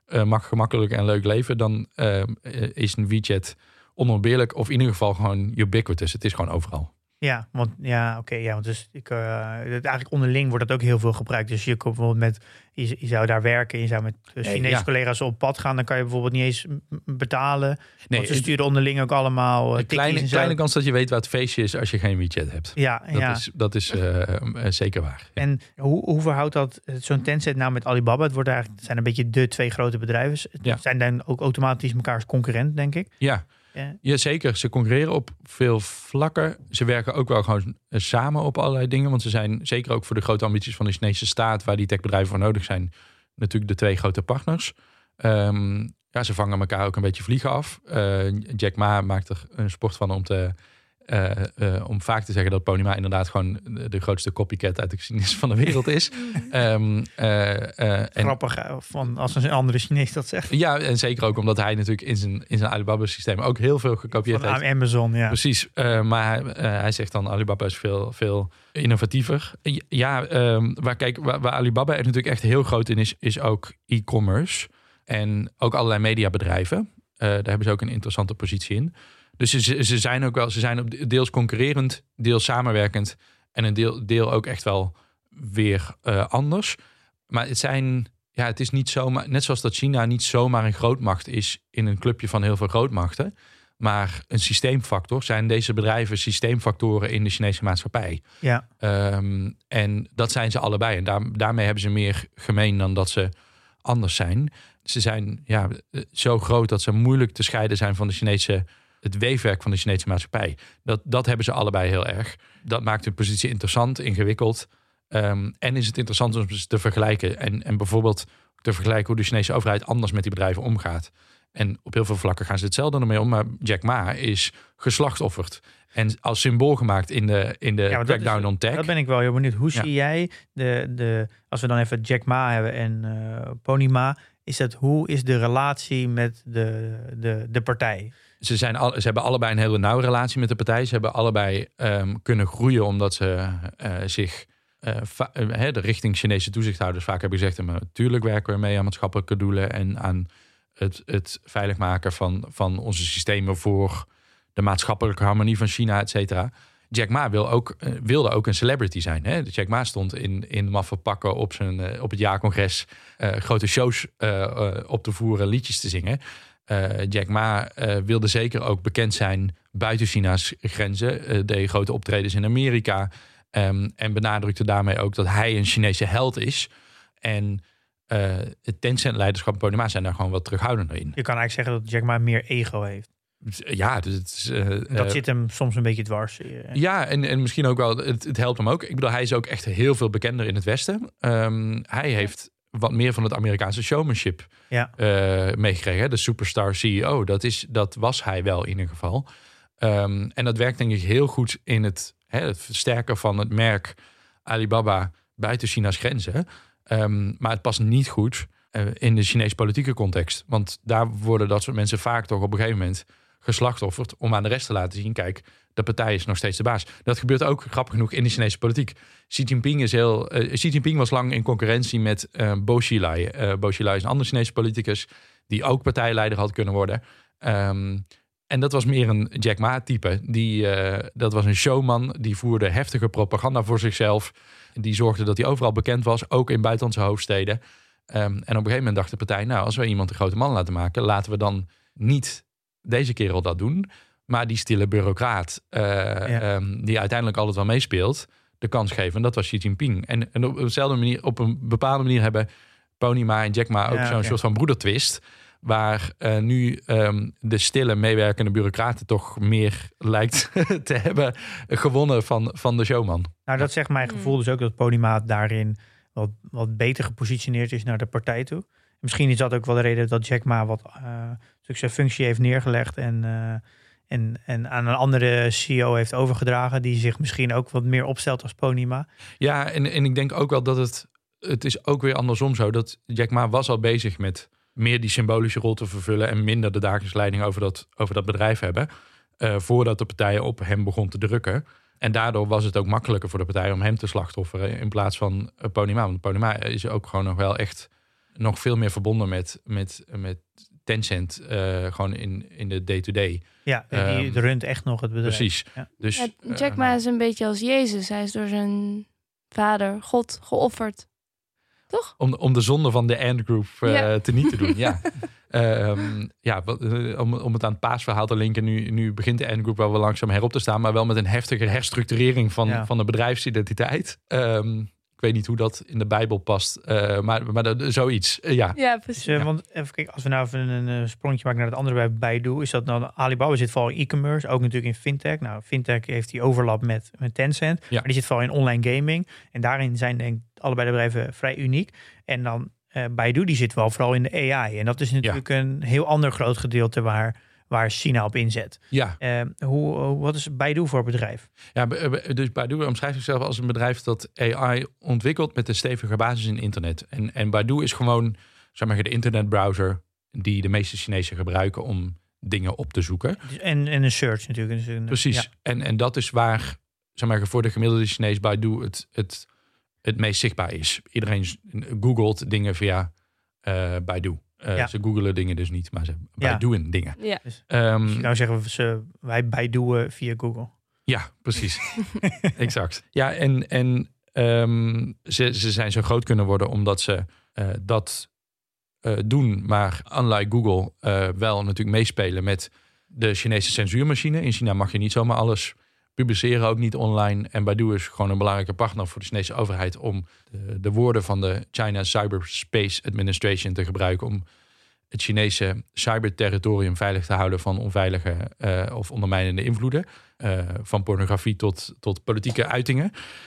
S5: uh, mag gemakkelijk en leuk leven, dan uh, is een WeChat onontbeerlijk of in ieder geval gewoon ubiquitous. Het is gewoon overal.
S4: Ja, want ja, oké, okay, ja, want dus ik, uh, het, eigenlijk onderling wordt dat ook heel veel gebruikt. Dus je komt bijvoorbeeld met, je, je zou daar werken, je zou met Chinese nee, ja. collega's op pad gaan, dan kan je bijvoorbeeld niet eens betalen. Nee, want ze sturen onderling ook allemaal.
S5: Een kleine, kleine kans dat je weet waar het feestje is als je geen WeChat hebt.
S4: Ja,
S5: dat
S4: ja.
S5: is, dat is uh, uh, zeker waar. Ja.
S4: En hoe, hoe verhoudt dat zo'n Tencent nou met Alibaba? Het wordt eigenlijk, het zijn een beetje de twee grote bedrijven. Het ja. zijn dan ook automatisch mekaars concurrent, denk ik.
S5: Ja. Ja. ja, zeker. Ze concurreren op veel vlakken. Ze werken ook wel gewoon samen op allerlei dingen. Want ze zijn zeker ook voor de grote ambities van de Chinese staat, waar die techbedrijven voor nodig zijn, natuurlijk de twee grote partners. Um, ja, ze vangen elkaar ook een beetje vliegen af. Uh, Jack Ma maakt er een sport van om te... Uh, uh, om vaak te zeggen dat Pony Ma inderdaad gewoon de, de grootste copycat uit de geschiedenis van de wereld is. um, uh, uh,
S4: Grappig en, van als een andere Chinees dat zegt.
S5: Ja, en zeker ook omdat hij natuurlijk in zijn, in zijn Alibaba-systeem ook heel veel gekopieerd
S4: van
S5: heeft.
S4: Amazon, ja.
S5: Precies, uh, maar uh, hij zegt dan Alibaba is veel, veel innovatiever. Ja, um, waar, kijk, waar, waar Alibaba er natuurlijk echt heel groot in is, is ook e-commerce. En ook allerlei mediabedrijven. Uh, daar hebben ze ook een interessante positie in. Dus ze, ze zijn ook wel, ze zijn op deels concurrerend, deels samenwerkend en een deel, deel ook echt wel weer uh, anders. Maar het zijn, ja, het is niet zomaar, net zoals dat China niet zomaar een grootmacht is in een clubje van heel veel grootmachten, maar een systeemfactor. Zijn deze bedrijven systeemfactoren in de Chinese maatschappij?
S4: Ja.
S5: Um, en dat zijn ze allebei. En daar, daarmee hebben ze meer gemeen dan dat ze anders zijn. Ze zijn ja, zo groot dat ze moeilijk te scheiden zijn van de Chinese, het weefwerk van de Chinese maatschappij. Dat, dat hebben ze allebei heel erg. Dat maakt hun positie interessant, ingewikkeld. Um, en is het interessant om ze te vergelijken. En, en bijvoorbeeld te vergelijken hoe de Chinese overheid anders met die bedrijven omgaat. En op heel veel vlakken gaan ze hetzelfde ermee om. Maar Jack Ma is geslachtofferd. En als symbool gemaakt in de, in de ja, crackdown on tech.
S4: Dat ben ik wel heel benieuwd. Hoe ja. zie jij, de, de, als we dan even Jack Ma hebben en uh, Pony Ma, is dat, hoe is de relatie met de, de, de partij?
S5: Ze, zijn al, ze hebben allebei een hele nauwe relatie met de partij. Ze hebben allebei um, kunnen groeien omdat ze uh, zich uh, va- uh, de richting Chinese toezichthouders vaak hebben gezegd, maar natuurlijk werken we mee aan maatschappelijke doelen en aan het, het veilig maken van, van onze systemen voor de maatschappelijke harmonie van China, et cetera. Jack Ma wil ook, uh, wilde ook een celebrity zijn. Hè? Jack Ma stond in, in maffe pakken op, zijn, uh, op het jaarcongres uh, grote shows uh, uh, op te voeren, liedjes te zingen. Uh, Jack Ma uh, wilde zeker ook bekend zijn buiten China's grenzen. Uh, deed grote optredens in Amerika. Um, en benadrukte daarmee ook dat hij een Chinese held is. En uh, het Tencent-leiderschap en Pony Ma zijn daar gewoon wat terughoudender in.
S4: Je kan eigenlijk zeggen dat Jack Ma meer ego heeft.
S5: Ja, dus het is, uh,
S4: dat uh, zit hem soms een beetje dwars.
S5: Ja, en, en misschien ook wel, het, het helpt hem ook. Ik bedoel, hij is ook echt heel veel bekender in het Westen. Um, hij heeft wat meer van het Amerikaanse showmanship
S4: ja.
S5: uh, meegekregen. De superstar C E O, dat, is, dat was hij wel in ieder geval. Um, en dat werkt denk ik heel goed in het, hè, het versterken van het merk Alibaba buiten China's grenzen. Um, maar het past niet goed uh, in de Chinese politieke context. Want daar worden dat soort mensen vaak toch op een gegeven moment geslachtofferd om aan de rest te laten zien, kijk, de partij is nog steeds de baas. Dat gebeurt ook, grappig genoeg, in de Chinese politiek. Xi Jinping, is heel, uh, Xi Jinping was lang in concurrentie met uh, Bo Xilai. Uh, Bo Xilai is een andere Chinese politicus die ook partijleider had kunnen worden. Um, en dat was meer een Jack Ma-type. Die, uh, dat was een showman, die voerde heftige propaganda voor zichzelf. Die zorgde dat hij overal bekend was, ook in buitenlandse hoofdsteden. Um, en op een gegeven moment dacht de partij, nou, als we iemand een grote man laten maken, laten we dan niet deze kerel dat doen, maar die stille bureaucraat, uh, ja. um, die uiteindelijk altijd wel meespeelt, de kans geven. En dat was Xi Jinping. En, en op dezelfde manier, op een bepaalde manier hebben Pony Ma en Jack Ma ook ja, zo'n okay. soort van broedertwist, waar uh, nu um, de stille meewerkende bureaucraten toch meer lijkt te hebben gewonnen van, van de showman.
S4: Nou, dat zegt mijn gevoel dus ook dat Pony Ma daarin wat, wat beter gepositioneerd is naar de partij toe. Misschien is dat ook wel de reden dat Jack Ma wat uh, zijn functie heeft neergelegd en, uh, en, en aan een andere C E O heeft overgedragen, die zich misschien ook wat meer opstelt als Pony Ma.
S5: Ja, en, en ik denk ook wel dat het, het is ook weer andersom zo, dat Jack Ma was al bezig met meer die symbolische rol te vervullen en minder de dagelijkse leiding over dat, over dat bedrijf hebben, uh, voordat de partijen op hem begon te drukken. En daardoor was het ook makkelijker voor de partij om hem te slachtofferen in plaats van uh, Pony Ma. Want Pony Ma is ook gewoon nog wel echt nog veel meer verbonden met, met, met Tencent. Uh, gewoon in, in de day-to-day.
S4: Ja, die um, runt echt nog het bedrijf.
S5: Precies.
S4: Ja.
S5: Dus,
S3: ja, Jack Ma uh, is een beetje als Jezus. Hij is door zijn vader, God, geofferd. Toch?
S5: Om, om de zonde van de Ant Group uh, ja. teniet te doen, ja. Um, ja, om, om het aan het paasverhaal te linken. Nu, nu begint de Ant Group wel weer langzaam herop te staan. Maar wel met een heftige herstructurering van, ja. van de bedrijfsidentiteit. Um, ik weet niet hoe dat in de Bijbel past. Uh, maar maar dat, zoiets, uh, ja.
S3: Ja, precies.
S4: Dus, uh, want even kijken, als we nou even een, een sprongetje maken naar het andere bij Baidu. Is dat nou, Alibaba zit vooral in e-commerce. Ook natuurlijk in fintech. Nou, fintech heeft die overlap met, met Tencent. Ja. Maar die zit vooral in online gaming. En daarin zijn denk ik allebei de bedrijven vrij uniek. En dan uh, Baidu, die zit wel vooral in de A I. En dat is natuurlijk ja. een heel ander groot gedeelte waar, waar China op inzet.
S5: Ja.
S4: Uh, hoe, uh, wat is Baidu voor bedrijf?
S5: Ja, dus Baidu omschrijft zichzelf als een bedrijf dat A I ontwikkelt met een stevige basis in internet. En, en Baidu is gewoon, zeg maar, de internetbrowser die de meeste Chinezen gebruiken om dingen op te zoeken.
S4: En, en een search natuurlijk. Dus een,
S5: Precies. Ja. En, en dat is waar, zeg maar, voor de gemiddelde Chinees Baidu het, het, het meest zichtbaar is. Iedereen googelt dingen via uh, Baidu. Uh, ja. Ze googelen dingen dus niet, maar ze Baidu'en ja. dingen.
S3: Ja.
S4: Dus, um, dus nou zeggen we, ze, wij Baidu'en via Google.
S5: Ja, precies. Exact. Ja, en, en um, ze, ze zijn zo groot kunnen worden omdat ze uh, dat uh, doen. Maar unlike Google uh, wel natuurlijk meespelen met de Chinese censuurmachine. In China mag je niet zomaar alles publiceren, ook niet online. En Baidu is gewoon een belangrijke partner voor de Chinese overheid om de, de woorden van de China Cyberspace Administration te gebruiken om het Chinese cyberterritorium veilig te houden van onveilige uh, of ondermijnende invloeden. Uh, van pornografie tot, tot politieke uitingen.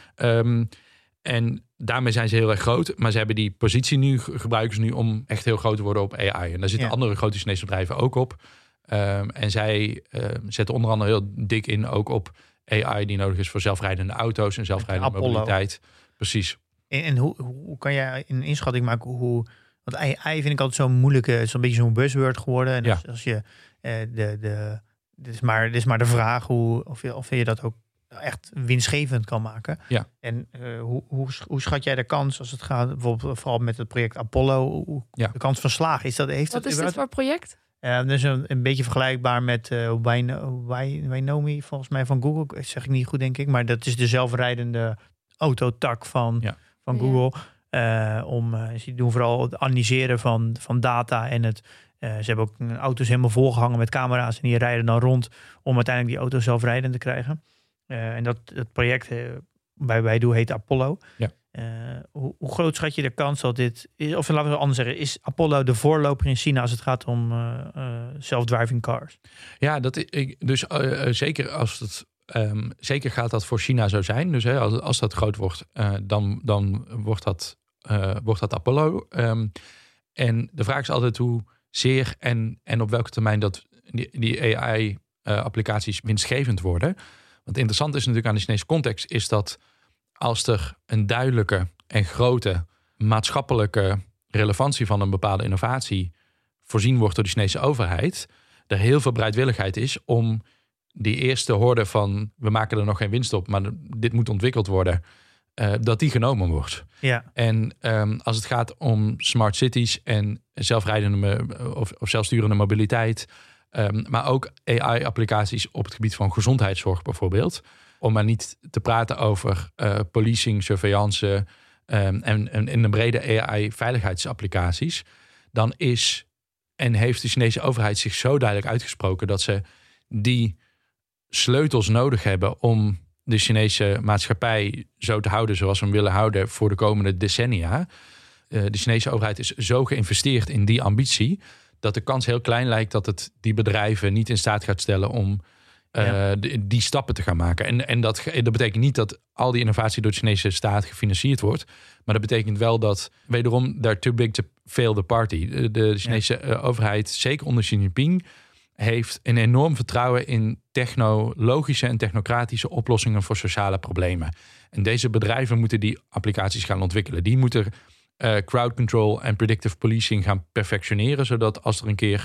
S5: Um, en daarmee zijn ze heel erg groot. Maar ze hebben die positie nu, gebruiken ze nu om echt heel groot te worden op A I. En daar zitten ja. andere grote Chinese bedrijven ook op. Um, en zij uh, zetten onder andere heel dik in ook op A I die nodig is voor zelfrijdende auto's en zelfrijdende mobiliteit. Precies.
S4: En, en hoe, hoe kan jij een inschatting maken hoe... Want A I vind ik altijd zo'n moeilijke... Het is een beetje zo'n buzzword geworden. En als, ja. als je... Uh, de, de, dit, is maar, dit is maar de vraag hoe, of, je, of je dat ook echt winstgevend kan maken.
S5: Ja.
S4: En uh, hoe, hoe, hoe schat jij de kans als het gaat... Bijvoorbeeld vooral met het project Apollo. Hoe, ja. De kans van slagen. Is dat, heeft
S3: Wat
S4: dat
S3: is dit voor project?
S4: Uh, dat is een, een beetje vergelijkbaar met uh, Waynomi, volgens mij van Google. Dat zeg ik niet goed, denk ik. Maar dat is de zelfrijdende autotak van, ja. van Google. Ja. Uh, om, uh, ze doen vooral het analyseren van, van data. En het, uh, ze hebben ook auto's helemaal volgehangen met camera's. En die rijden dan rond om uiteindelijk die auto zelfrijdend te krijgen. Uh, en dat het project uh, bij Baidu heet Apollo. Ja. Uh, hoe, hoe groot schat je de kans dat dit is? Of laten we anders zeggen, is Apollo de voorloper in China als het gaat om uh, uh, self-driving cars?
S5: Ja, dat ik, dus uh, zeker als het um, zeker gaat dat voor China zo zijn. Dus hè, als, als dat groot wordt, uh, dan, dan wordt dat, uh, wordt dat Apollo. Um, en de vraag is altijd hoe zeer en, en op welke termijn dat die, die A I-applicaties uh, winstgevend worden. Want interessant is natuurlijk aan de Chinese context is dat als er een duidelijke en grote maatschappelijke relevantie van een bepaalde innovatie voorzien wordt door de Chinese overheid, er heel veel bereidwilligheid is om die eerste horde van we maken er nog geen winst op, maar dit moet ontwikkeld worden, uh, dat die genomen wordt.
S4: Ja.
S5: En um, als het gaat om smart cities en zelfrijdende of, of zelfsturende mobiliteit, um, maar ook A I-applicaties op het gebied van gezondheidszorg bijvoorbeeld, om maar niet te praten over uh, policing, surveillance um, en, en in de brede A I-veiligheidsapplicaties, dan is en heeft de Chinese overheid zich zo duidelijk uitgesproken dat ze die sleutels nodig hebben om de Chinese maatschappij zo te houden zoals we hem willen houden voor de komende decennia. Uh, de Chinese overheid is zo geïnvesteerd in die ambitie dat de kans heel klein lijkt dat het die bedrijven niet in staat gaat stellen om Uh, ja. die, die stappen te gaan maken. En, en dat, dat betekent niet dat al die innovatie door de Chinese staat gefinancierd wordt. Maar dat betekent wel dat, wederom, they're too big to fail the party. De, de Chinese ja. uh, overheid, zeker onder Xi Jinping, heeft een enorm vertrouwen in technologische en technocratische oplossingen voor sociale problemen. En deze bedrijven moeten die applicaties gaan ontwikkelen. Die moeten uh, crowd control en predictive policing gaan perfectioneren, zodat als er een keer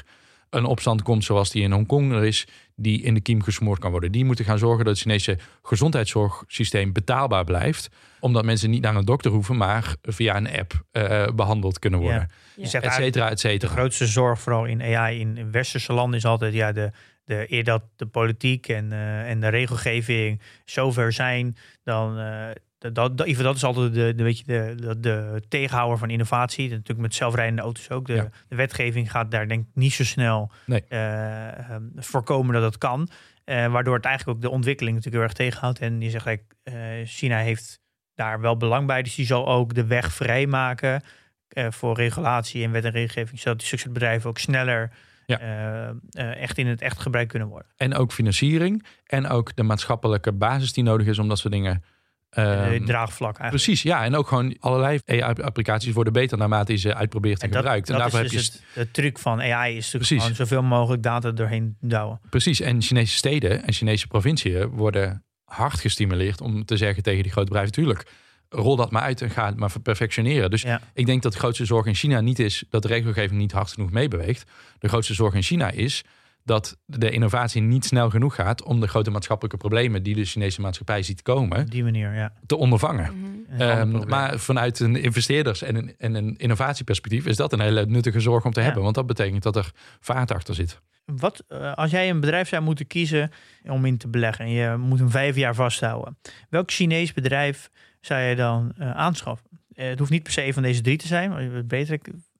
S5: een opstand komt zoals die in Hongkong er is, die in de kiem gesmoord kan worden. Die moeten gaan zorgen dat het Chinese gezondheidszorgsysteem betaalbaar blijft, omdat mensen niet naar een dokter hoeven, maar via een app uh, behandeld kunnen worden.
S4: Ja. Je zegt
S5: et cetera, et cetera.
S4: De grootste zorg, vooral in A I in, in westerse landen, is altijd ja, de, de, eer dat de politiek en, uh, en de regelgeving zover zijn, dan uh, dat, dat, dat is altijd de, de, weet je, de, de, de tegenhouder van innovatie. Dat natuurlijk met zelfrijdende auto's ook. De, ja. de wetgeving gaat daar denk ik niet zo snel nee. uh, um, voorkomen dat het kan. Uh, waardoor het eigenlijk ook de ontwikkeling natuurlijk heel erg tegenhoudt. En je zegt, uh, China heeft daar wel belang bij. Dus die zal ook de weg vrijmaken uh, voor regulatie en wet en regelgeving. Zodat die succesbedrijven bedrijven ook sneller ja. uh, uh, echt in het echt gebruikt kunnen worden.
S5: En ook financiering. En ook de maatschappelijke basis die nodig is om dat soort dingen...
S4: Um, draagvlak eigenlijk.
S5: Precies, ja. En ook gewoon allerlei A I-applicaties worden beter naarmate je ze uitprobeert en, en dat, gebruikt. En
S4: dat
S5: daarvoor
S4: is
S5: heb
S4: dus je... het, de truc van A I is natuurlijk
S5: Precies.
S4: gewoon zoveel mogelijk data doorheen douwen.
S5: Precies, en Chinese steden en Chinese provinciën worden hard gestimuleerd om te zeggen tegen die grote bedrijven, tuurlijk, rol dat maar uit en ga het maar perfectioneren. Dus ja. ik denk dat de grootste zorg in China niet is dat de regelgeving niet hard genoeg meebeweegt. De grootste zorg in China is dat de innovatie niet snel genoeg gaat om de grote maatschappelijke problemen die de Chinese maatschappij ziet komen,
S4: op die manier, ja.
S5: te ondervangen. Mm-hmm. Um, maar vanuit een investeerders- en een, en een innovatieperspectief is dat een hele nuttige zorg om te ja. hebben. Want dat betekent dat er vaart achter zit.
S4: Wat, uh, als jij een bedrijf zou moeten kiezen om in te beleggen en je moet hem vijf jaar vasthouden, welk Chinees bedrijf zou je dan uh, aanschaffen? Uh, het hoeft niet per se van deze drie te zijn, maar beter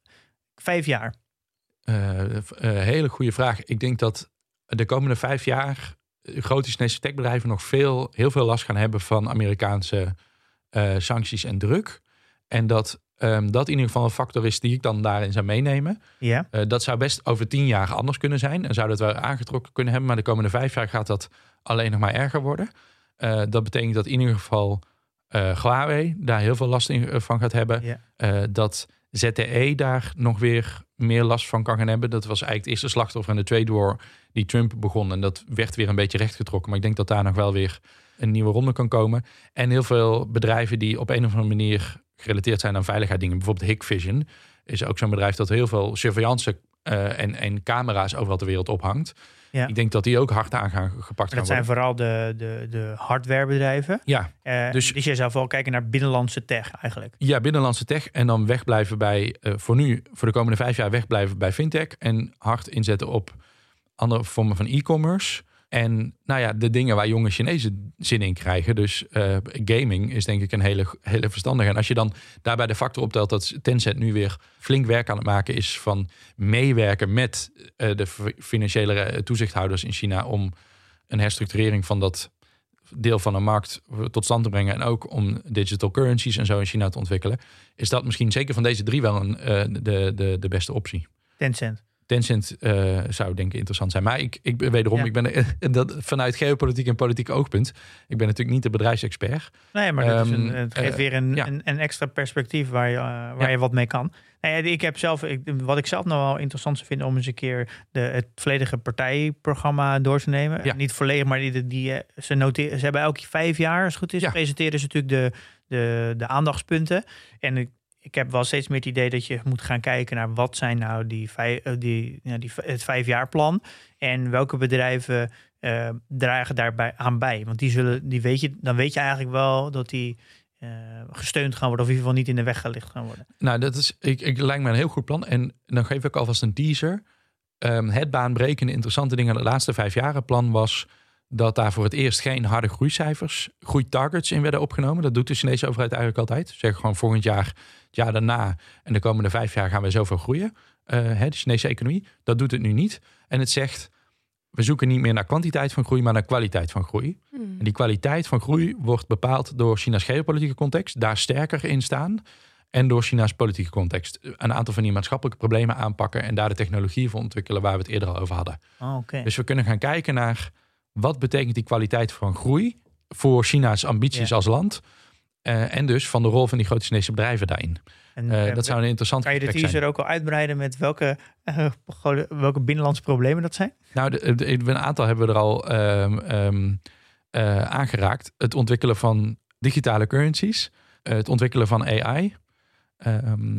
S4: vijf jaar.
S5: Uh, uh, hele goede vraag. Ik denk dat de komende vijf jaar grote Chinese techbedrijven nog veel, heel veel last gaan hebben van Amerikaanse uh, sancties en druk. En dat um, dat in ieder geval een factor is die ik dan daarin zou meenemen.
S4: Ja.
S5: Uh, dat zou best over tien jaar anders kunnen zijn. En zou dat wel aangetrokken kunnen hebben. Maar de komende vijf jaar gaat dat alleen nog maar erger worden. Uh, dat betekent dat in ieder geval uh, Huawei daar heel veel last in, uh, van gaat hebben.
S4: Ja.
S5: Uh, dat Z T E daar nog weer meer last van kan gaan hebben. Dat was eigenlijk het eerste slachtoffer in de trade war die Trump begon. En dat werd weer een beetje rechtgetrokken. Maar ik denk dat daar nog wel weer een nieuwe ronde kan komen. En heel veel bedrijven die op een of andere manier gerelateerd zijn aan veiligheidsdingen. Bijvoorbeeld Hikvision is ook zo'n bedrijf dat heel veel surveillance uh, en, en camera's overal ter wereld ophangt. Ja. Ik denk dat die ook hard aan gaan gepakt gaan worden.
S4: Dat zijn vooral de, de, de hardwarebedrijven.
S5: Ja.
S4: Uh, dus, dus jij zou vooral kijken naar binnenlandse tech eigenlijk.
S5: Ja, binnenlandse tech. En dan wegblijven bij, uh, voor nu, voor de komende vijf jaar wegblijven bij fintech. En hard inzetten op andere vormen van e-commerce. En nou ja, de dingen waar jonge Chinezen zin in krijgen. Dus uh, gaming is denk ik een hele, hele verstandige. En als je dan daarbij de factor optelt dat Tencent nu weer flink werk aan het maken is van meewerken met uh, de financiële toezichthouders in China om een herstructurering van dat deel van de markt tot stand te brengen. En ook om digital currencies en zo in China te ontwikkelen. Is dat misschien zeker van deze drie wel een, uh, de, de, de beste optie.
S4: Tencent.
S5: Tencent uh, zou denk ik interessant zijn. Maar ik, ik wederom, ja. ik ben uh, dat, vanuit geopolitiek en politiek oogpunt. Ik ben natuurlijk niet de bedrijfsexpert.
S4: Nee, maar dat um, is een, het geeft uh, weer een, ja. een, een extra perspectief waar je, uh, waar ja. je wat mee kan. Nou ja, ik heb zelf, ik, wat ik zelf nog wel interessant zou vinden om eens een keer de, het volledige partijprogramma door te nemen. Ja. Niet volledig, maar die, die, ze, noteren, ze hebben elke vijf jaar, als het goed is, ja. presenteren ze natuurlijk de, de, de aandachtspunten. En ik Ik heb wel steeds meer het idee dat je moet gaan kijken naar wat zijn nou die, vijf, die, ja, die het vijfjaarplan en welke bedrijven uh, dragen daarbij aan bij. Want die zullen, die weet je, dan weet je eigenlijk wel dat die uh, gesteund gaan worden of in ieder geval niet in de weg gelicht gaan worden.
S5: Nou, dat is, ik, ik lijkt me een heel goed plan. En dan geef ik alvast een teaser. Um, het baanbrekende interessante ding aan het laatste vijfjarenplan was dat daar voor het eerst geen harde groeicijfers, groeitargets in werden opgenomen. Dat doet de Chinese overheid eigenlijk altijd. Ze zeggen gewoon volgend jaar, het jaar daarna en de komende vijf jaar gaan we zoveel groeien. Uh, hè, de Chinese economie. Dat doet het nu niet. En het zegt, we zoeken niet meer naar kwantiteit van groei, maar naar kwaliteit van groei. Hmm. En die kwaliteit van groei wordt bepaald door China's geopolitieke context, daar sterker in staan. En door China's politieke context. Een aantal van die maatschappelijke problemen aanpakken en daar de technologie voor ontwikkelen waar we het eerder al over hadden.
S4: Oh, okay.
S5: Dus we kunnen gaan kijken naar wat betekent die kwaliteit van groei voor China's ambities ja. als land. Uh, en dus van de rol van die grote Chinese bedrijven daarin. En, uh, dat zou een interessant
S4: gesprek zijn. Kan je de teaser ook al uitbreiden met welke, uh, welke binnenlandse problemen dat zijn?
S5: Nou, de, de, een aantal hebben we er al um, um, uh, aangeraakt. Het ontwikkelen van digitale currencies. Uh, het ontwikkelen van A I. Um,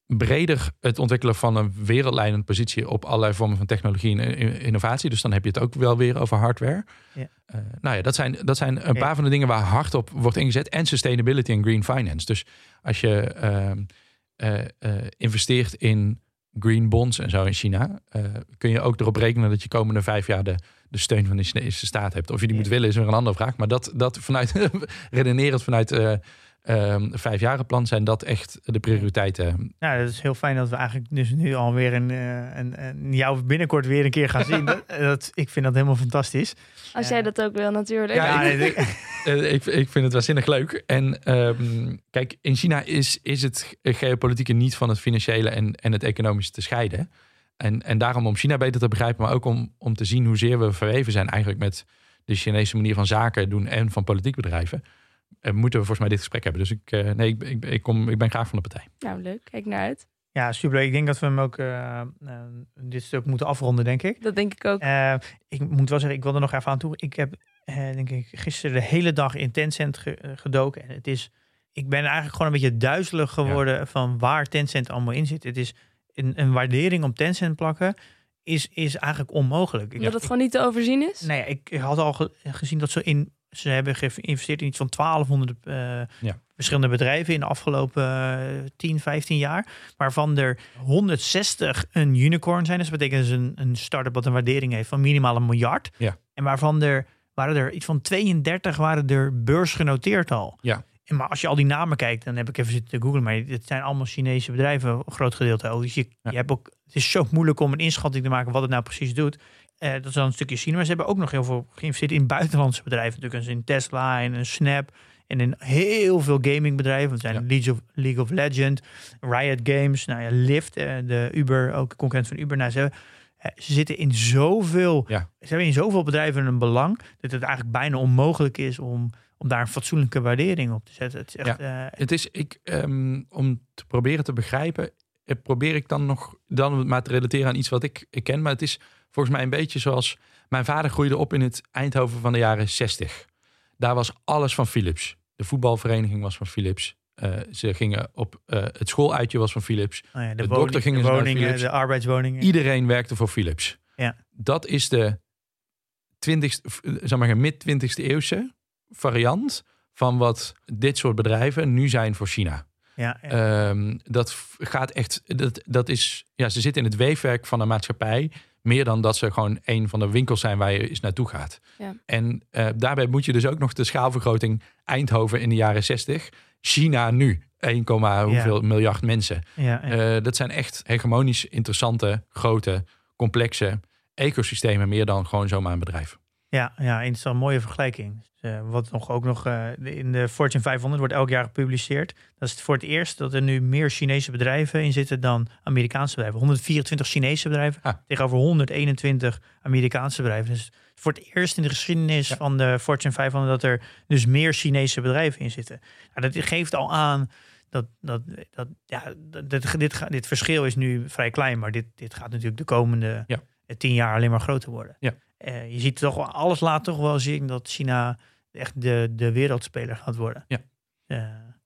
S5: breder het ontwikkelen van een wereldleidende positie op allerlei vormen van technologie en innovatie. Dus dan heb je het ook wel weer over hardware. Ja. Uh, nou ja, dat zijn, dat zijn een ja. paar van de dingen waar hard op wordt ingezet. En sustainability en green finance. Dus als je uh, uh, uh, investeert in green bonds en zo in China, uh, kun je ook erop rekenen dat je komende vijf jaar de, de steun van de Chinese staat hebt. Of je die ja. moet willen is weer een andere vraag. Maar dat, dat vanuit redenerend vanuit uh, Um, vijfjarenplan zijn dat echt de prioriteiten.
S4: Ja, dat is heel fijn dat we eigenlijk dus nu alweer een, een, een jou binnenkort weer een keer gaan zien. dat, dat, ik vind dat helemaal fantastisch.
S3: Als uh, jij dat ook wil natuurlijk.
S5: Ja, ja ik, uh, ik, ik vind het waanzinnig leuk. En um, kijk, in China is, is het geopolitieke niet van het financiële en, en het economische te scheiden. En, en daarom om China beter te begrijpen, maar ook om, om te zien hoezeer we verweven zijn eigenlijk met de Chinese manier van zaken doen en van politiek bedrijven. Uh, moeten we volgens mij dit gesprek hebben. Dus ik, uh, nee, ik, ik, ik, kom, ik ben graag van de partij.
S3: Nou, leuk. Kijk naar uit.
S4: Ja, super. Ik denk dat we hem ook uh, uh, dit stuk moeten afronden, denk ik.
S3: Dat denk ik ook.
S4: Uh, ik moet wel zeggen, ik wil er nog even aan toe. Ik heb, uh, denk ik, gisteren de hele dag in Tencent ge, uh, gedoken. En het is, ik ben eigenlijk gewoon een beetje duizelig geworden ja. van waar Tencent allemaal in zit. Het is een, een waardering om Tencent plakken is, is eigenlijk onmogelijk.
S3: Dat het gewoon niet te overzien is?
S4: Nee, ik had al ge, gezien dat ze in Ze hebben geïnvesteerd in iets van twaalfhonderd uh, ja. verschillende bedrijven in de afgelopen uh, tien, vijftien jaar. Waarvan er honderdzestig een unicorn zijn. Dus dat betekent dus een, een start-up wat een waardering heeft van minimaal een miljard.
S5: Ja.
S4: En waarvan er waren er iets van tweeëndertig waren er beursgenoteerd al.
S5: Ja.
S4: En maar als je al die namen kijkt, dan heb ik even zitten googlen. Maar het zijn allemaal Chinese bedrijven, een groot gedeelte. Dus je, ja. je hebt ook, het is zo moeilijk om een inschatting te maken wat het nou precies doet. Uh, dat is dan een stukje China. Maar ze hebben ook nog heel veel geïnvesteerd in buitenlandse bedrijven. Natuurlijk dus in Tesla en een Snap. En in heel veel gamingbedrijven. Dat zijn ja. League, of, League of Legends, Riot Games, nou ja, Lyft, uh, de Uber, ook de concurrent van Uber. Nou, ze, hebben, uh, ze zitten in zoveel,
S5: ja.
S4: ze hebben in zoveel bedrijven een belang dat het eigenlijk bijna onmogelijk is om, om daar een fatsoenlijke waardering op te zetten. Het is echt,
S5: ja.
S4: uh,
S5: het is, ik, um, om te proberen te begrijpen, probeer ik dan nog dan maar te relateren aan iets wat ik, ik ken. Maar het is volgens mij een beetje zoals mijn vader groeide op in het Eindhoven van de jaren zestig. Daar was alles van Philips. De voetbalvereniging was van Philips. Uh, ze gingen op uh, het schooluitje was van Philips.
S4: Oh ja, de,
S5: de
S4: woning,
S5: dokter ging
S4: de
S5: naar
S4: woningen,
S5: Philips.
S4: de arbeidswoningen.
S5: Iedereen werkte voor Philips.
S4: Ja.
S5: Dat is de twintigste, zeg maar, mid-twintigste eeuwse variant van wat dit soort bedrijven nu zijn voor China.
S4: Ja, ja.
S5: Um, dat gaat echt, dat, dat is, ja, ze zitten in het weefwerk van een maatschappij, meer dan dat ze gewoon een van de winkels zijn waar je eens naartoe gaat.
S3: Ja.
S5: En uh, daarbij moet je dus ook nog de schaalvergroting Eindhoven in de jaren zestig, China nu, één, hoeveel ja. miljard mensen.
S4: Ja, ja.
S5: Uh, dat zijn echt hegemonisch interessante, grote, complexe ecosystemen, meer dan gewoon zomaar een bedrijf.
S4: Ja, ja, en het is een mooie vergelijking. Dus, uh, wat nog ook nog uh, in de Fortune vijfhonderd wordt elk jaar gepubliceerd. Dat is voor het eerst dat er nu meer Chinese bedrijven in zitten dan Amerikaanse bedrijven. honderdvierentwintig Chinese bedrijven ah. tegenover honderdeenentwintig Amerikaanse bedrijven. Dus voor het eerst in de geschiedenis ja. van de Fortune vijfhonderd dat er dus meer Chinese bedrijven in zitten. Nou, dat geeft al aan dat, dat, dat ja, dat, dit, dit, dit verschil is nu vrij klein, maar dit, dit gaat natuurlijk de komende ja. tien jaar alleen maar groter worden.
S5: Ja.
S4: Uh, je ziet toch, alles laat toch wel zien dat China echt de, de wereldspeler gaat worden.
S5: Ja.
S4: Uh,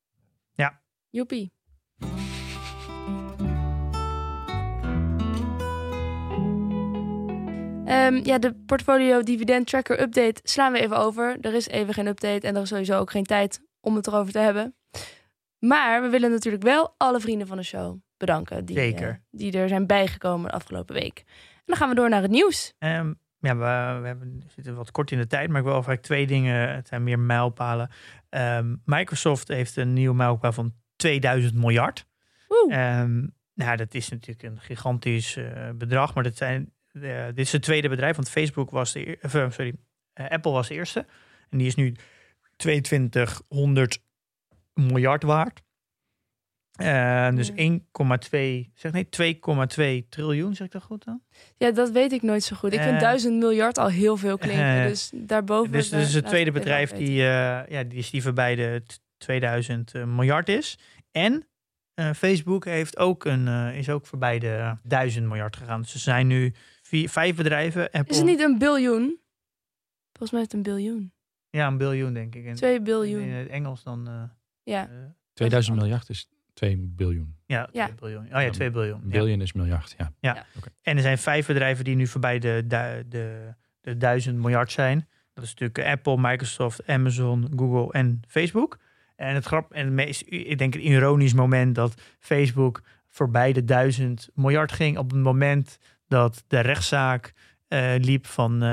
S4: ja.
S3: Joepie. Um, ja, de portfolio dividend tracker update slaan we even over. Er is even geen update en er is sowieso ook geen tijd om het erover te hebben. Maar we willen natuurlijk wel alle vrienden van de show bedanken. Die,
S4: Zeker.
S3: Uh, die er zijn bijgekomen de afgelopen week. En dan gaan we door naar het nieuws.
S4: Um, Ja, we, we, hebben, we zitten wat kort in de tijd, maar ik wil eigenlijk twee dingen. Het zijn meer mijlpalen. Um, Microsoft heeft een nieuwe mijlpaal van tweeduizend miljard. Um, nou, dat is natuurlijk een gigantisch uh, bedrag, maar dat zijn, uh, dit is het tweede bedrijf, want Facebook was de uh, sorry, uh, Apple was de eerste. En die is nu tweeduizendtweehonderd miljard waard. Uh, dus één komma twee, zeg nee, twee komma twee triljoen, zeg ik dat goed dan?
S3: Ja, dat weet ik nooit zo goed. Ik vind uh, duizend miljard al heel veel klinken. Uh, dus daarboven.
S4: Dus, dus het tweede bedrijf die, uh, ja, die, die voorbij de tweeduizend miljard is. En uh, Facebook heeft ook een, uh, is ook voorbij de duizend miljard gegaan. Dus er zijn nu vier, vijf bedrijven. Apple.
S3: Is het niet een biljoen? Volgens mij is het een biljoen.
S4: Ja, een biljoen denk ik. En,
S3: Twee biljoen.
S4: In het Engels dan. Uh,
S3: ja.
S5: Uh, tweeduizend miljard is twee biljoen.
S4: Ja,
S3: Ja.
S4: twee biljoen. Oh ja, twee biljoen. Ja.
S5: Biljoen is miljard, ja.
S4: Ja.
S3: Ja.
S5: Okay.
S4: En er zijn vijf bedrijven die nu voorbij de, de, de, de duizend miljard zijn. Dat is natuurlijk Apple, Microsoft, Amazon, Google en Facebook. En het grap en het meest, ik denk een ironisch moment dat Facebook voorbij de duizend miljard ging op het moment dat de rechtszaak uh, liep van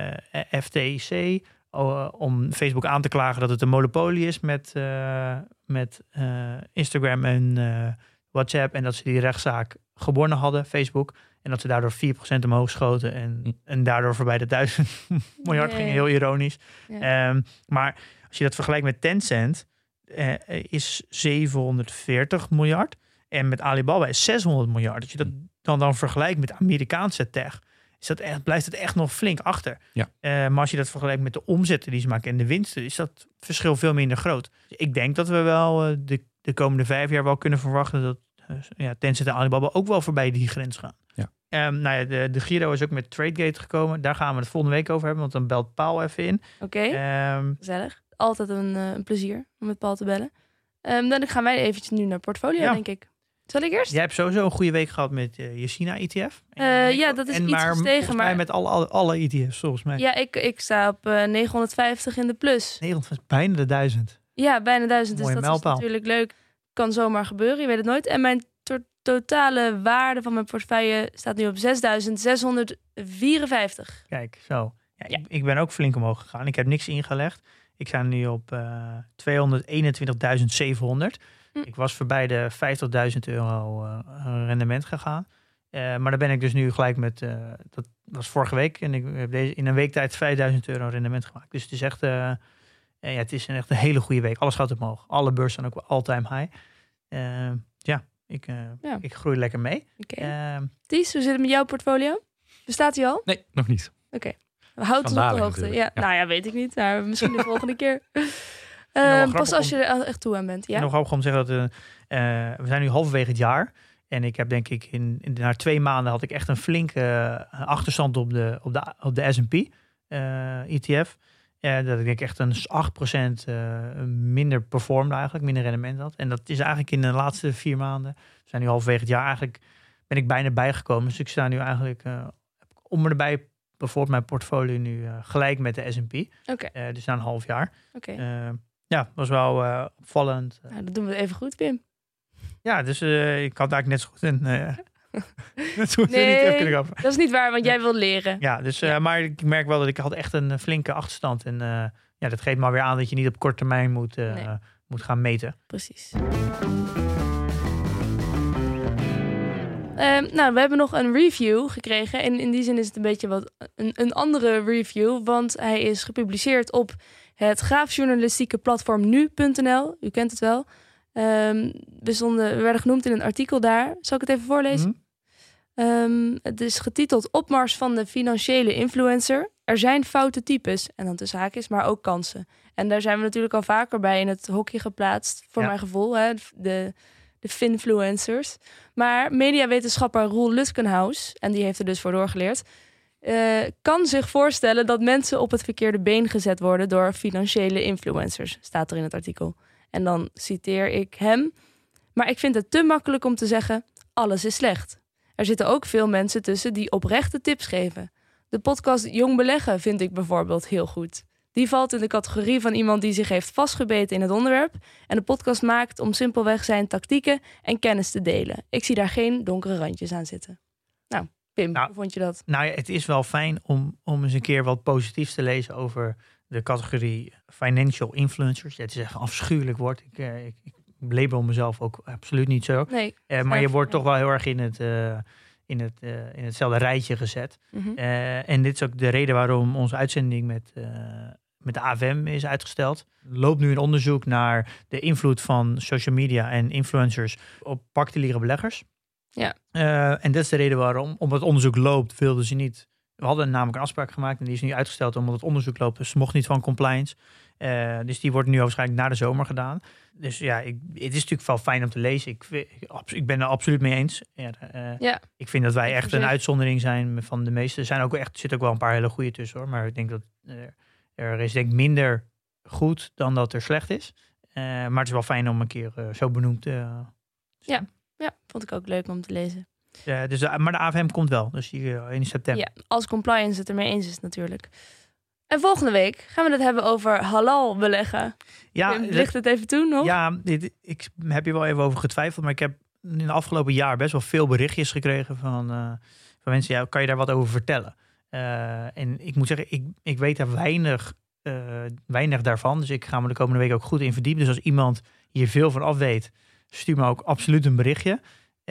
S4: uh, F T C uh, om Facebook aan te klagen dat het een monopolie is met, uh, met uh, Instagram en uh, WhatsApp en dat ze die rechtszaak gewonnen hadden, Facebook. En dat ze daardoor vier procent omhoog schoten en, hm. en daardoor voorbij de duizend miljard
S3: nee.
S4: gingen. Heel ironisch.
S3: Ja.
S4: Um, maar als je dat vergelijkt met Tencent, uh, is zevenhonderdveertig miljard. En met Alibaba is zeshonderd miljard. Als je dat dan, dan vergelijkt met Amerikaanse tech, is dat echt, blijft het echt nog flink achter.
S5: Ja.
S4: Uh, maar als je dat vergelijkt met de omzetten die ze maken en de winsten, is dat verschil veel minder groot. Dus ik denk dat we wel uh, de, de komende vijf jaar wel kunnen verwachten dat uh, ja, Tencent en Alibaba ook wel voorbij die grens gaan.
S5: Ja.
S4: Um, nou ja, de, de Giro is ook met TradeGate gekomen. Daar gaan we het volgende week over hebben, want dan belt Paul even in.
S3: Oké, okay.
S4: um,
S3: gezellig. Altijd een, uh, een plezier om met Paul te bellen. Um, dan gaan wij eventjes nu naar portfolio, ja. denk ik. Zal ik eerst?
S4: Jij hebt sowieso een goede week gehad met uh, je China-E T F.
S3: Uh, ja, dat is
S4: en
S3: iets
S4: maar,
S3: gestegen. Maar
S4: met alle, alle, alle E T F's, volgens mij.
S3: Ja, ik, ik sta op uh, negenhonderdvijftig in de plus.
S4: negenhonderd, bijna de duizend.
S3: Ja, bijna duizend.
S4: Mooie
S3: dus dat
S4: mijlpaal.
S3: is natuurlijk leuk. Kan zomaar gebeuren, je weet het nooit. En mijn to- totale waarde van mijn portefeuille staat nu op zesduizend zeshonderdvierenvijftig.
S4: Kijk, zo. Ja,
S3: Ja.
S4: Ik, ik ben ook flink omhoog gegaan. Ik heb niks ingelegd. Ik sta nu op uh, tweehonderdeenentwintigduizend zevenhonderd. Hm. Ik was voorbij de vijftigduizend euro uh, rendement gegaan. Uh, maar daar ben ik dus nu gelijk met, uh, dat was vorige week. En ik heb deze, in een week tijd vijfduizend euro rendement gemaakt. Dus het is echt, uh, ja, het is een echt een hele goede week. Alles gaat omhoog. Alle beurzen zijn ook all-time high. Uh, ja, ik, uh, ja, ik groei lekker mee.
S3: Oké. Okay. Uh, Ties, hoe zit het met jouw portfolio? Bestaat die al?
S5: Nee, nog niet.
S3: Oké. Okay. Houd ons op de hoogte. Ja, ja. Nou ja, weet ik niet. Maar misschien de volgende keer. Uh, pas als je er echt toe aan bent. Ja?
S4: Nog grappig om te zeggen dat uh, uh, we zijn nu halverwege het jaar. En ik heb denk ik in, in na twee maanden had ik echt een flinke uh, achterstand op de, op de, op de S en P uh, E T F. Uh, dat ik denk echt een acht procent uh, minder performde eigenlijk, minder rendement had. En dat is eigenlijk in de laatste vier maanden, we zijn nu halverwege het jaar eigenlijk, ben ik bijna bijgekomen. Dus ik sta nu eigenlijk uh, om me erbij bijvoorbeeld mijn portfolio nu uh, gelijk met de S en P.
S3: Okay.
S4: Uh, dus na een half jaar.
S3: Oké.
S4: Okay. Uh, ja, was wel uh, opvallend.
S3: Nou, dat doen we even goed, Wim.
S4: Ja, dus uh, ik had eigenlijk net zo goed in. Uh, net zo goed
S3: nee,
S4: niet kunnen gaan.
S3: Dat is niet waar, want jij wil leren.
S4: Ja, dus, uh, ja, maar ik merk wel dat ik had echt een flinke achterstand. En uh, ja, dat geeft maar weer aan dat je niet op korte termijn moet, uh, nee. moet gaan meten.
S3: Precies. Uh, nou, we hebben nog een review gekregen. En in die zin is het een beetje wat een, een andere review. Want hij is gepubliceerd op het graafjournalistieke platform nu punt n l. U kent het wel. Um, we, stonden, we werden genoemd in een artikel daar. Zal ik het even voorlezen? Mm-hmm. Um, het is getiteld Opmars van de financiële influencer. Er zijn foute types. En dan tussen haakjes, maar ook kansen. En daar zijn we natuurlijk al vaker bij in het hokje geplaatst. Voor ja. mijn gevoel, hè, de... de finfluencers. Maar mediawetenschapper Roel Lutkenhaus, en die heeft er dus voor doorgeleerd, uh, kan zich voorstellen dat mensen op het verkeerde been gezet worden door financiële influencers, staat er in het artikel. En dan citeer ik hem. Maar ik vind het te makkelijk om te zeggen, alles is slecht. Er zitten ook veel mensen tussen die oprechte tips geven. De podcast Jong Beleggen vind ik bijvoorbeeld heel goed. Die valt in de categorie van iemand die zich heeft vastgebeten in het onderwerp en de podcast maakt om simpelweg zijn tactieken en kennis te delen. Ik zie daar geen donkere randjes aan zitten. Nou, Pim, nou, hoe vond je dat?
S4: Nou ja, het is wel fijn om, om eens een keer wat positiefs te lezen over de categorie financial influencers. Ja, het is echt een afschuwelijk woord. Ik, uh, ik, ik label mezelf ook absoluut niet zo.
S3: Nee,
S4: uh, maar je wordt ja. toch wel heel erg in het... Uh, In, het, uh, in hetzelfde rijtje gezet.
S3: Mm-hmm.
S4: Uh, en dit is ook de reden waarom onze uitzending met, uh, met de A F M is uitgesteld. Er loopt nu een onderzoek naar de invloed van social media en influencers op particuliere beleggers.
S3: Ja.
S4: Uh, en dat is de reden waarom. Omdat het onderzoek loopt, wilden ze niet. We hadden namelijk een afspraak gemaakt en die is nu uitgesteld omdat het onderzoek loopt. Dus ze mocht niet van compliance. Uh, dus die wordt nu waarschijnlijk na de zomer gedaan. Dus ja, ik, het is natuurlijk wel fijn om te lezen. Ik, ik, ik ben er absoluut mee eens. Ja, uh, ja. Ik vind dat wij echt een uitzondering zijn van de meeste. Er zijn ook echt, zitten ook wel een paar hele goede tussen hoor. Maar ik denk dat uh, er is denk ik minder goed dan dat er slecht is. Uh, maar het is wel fijn om een keer uh, zo benoemd uh,
S3: Ja, ja, vond ik ook leuk om te lezen.
S4: Ja, dus, de- maar de A V M komt wel, dus die, uh, in september.
S3: Ja, als compliance het ermee eens is natuurlijk. En volgende week gaan we het hebben over halal beleggen.
S4: Ja,
S3: Ja, ligt het even toe nog?
S4: Ja, dit, ik heb je wel even over getwijfeld, maar ik heb in de afgelopen jaar best wel veel berichtjes gekregen van, uh, van mensen. Ja, kan je daar wat over vertellen? Uh, en ik moet zeggen, ik, ik weet daar weinig, uh, weinig daarvan. Dus ik ga me de komende week ook goed in verdiepen. Dus als iemand hier veel van af weet, stuur me ook absoluut een berichtje.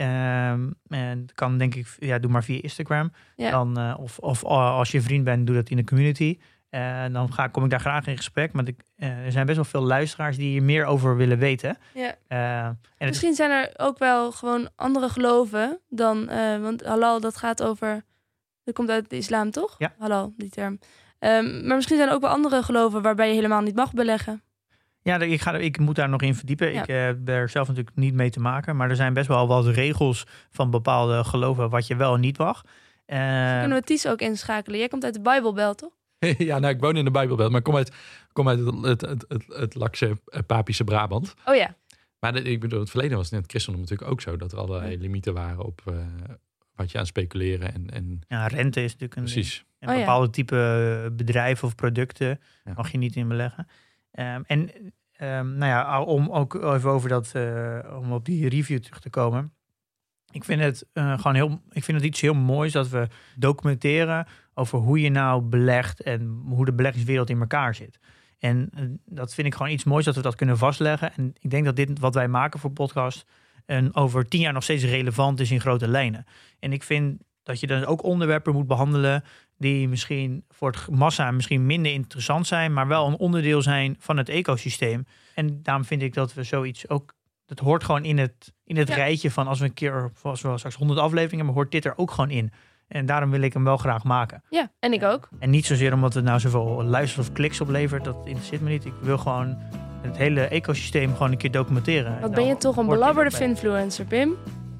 S4: Um, en dat kan denk ik, ja, doe maar via Instagram.
S3: Ja.
S4: Dan, uh, of, of uh, als je vriend bent, doe dat in de community. En uh, dan ga, kom ik daar graag in gesprek. Maar de, uh, er zijn best wel veel luisteraars die hier meer over willen weten.
S3: Ja.
S4: Uh, en
S3: Misschien zijn er ook wel gewoon andere geloven dan... Uh, want halal, dat gaat over... Dat komt uit de islam, toch?
S4: Ja.
S3: Halal, die term. Um, maar misschien zijn er ook wel andere geloven waarbij je helemaal niet mag beleggen.
S4: Ja, ik, ga, ik moet daar nog in verdiepen.
S3: Ja.
S4: Ik uh, heb er zelf natuurlijk niet mee te maken. Maar er zijn best wel wat regels van bepaalde geloven wat je wel en niet mag. Uh,
S3: Kunnen we Ties ook inschakelen? Jij komt uit de Bijbelbelt, toch?
S5: Ja, nou, ik woon in de Bijbelbelt, maar ik kom uit, kom uit het, het, het, het, het lakse uh, Papische Brabant.
S3: Oh ja.
S5: Maar de, ik bedoel, in het verleden was het in het christendom natuurlijk ook zo, dat er allerlei ja. limieten waren op uh, wat je aan speculeren. En, en...
S4: Ja, rente is natuurlijk een,
S5: Precies.
S4: een
S3: oh,
S4: bepaalde
S3: ja.
S4: type bedrijven of producten
S5: ja.
S4: mag je niet in beleggen. Um, en um, nou ja, om ook even over dat, uh, om op die review terug te komen. Ik vind het uh, gewoon heel, ik vind het iets heel moois dat we documenteren over hoe je nou belegt en hoe de beleggingswereld in elkaar zit. En uh, dat vind ik gewoon iets moois dat we dat kunnen vastleggen. En ik denk dat dit wat wij maken voor podcast en over tien jaar nog steeds relevant is in grote lijnen. En ik vind dat je dan ook onderwerpen moet behandelen die misschien voor het massa misschien minder interessant zijn, maar wel een onderdeel zijn van het ecosysteem. En daarom vind ik dat we zoiets ook, dat hoort gewoon in het, in het
S3: ja.
S4: rijtje van als we een keer, als we straks honderd afleveringen hebben, hoort dit er ook gewoon in. En daarom wil ik hem wel graag maken.
S3: Ja, en ik ook.
S4: En niet zozeer omdat het nou zoveel luisters of kliks oplevert, dat interesseert me niet. Ik wil gewoon het hele ecosysteem gewoon een keer documenteren.
S3: Wat ben je toch een belabberde finfluencer, Pim?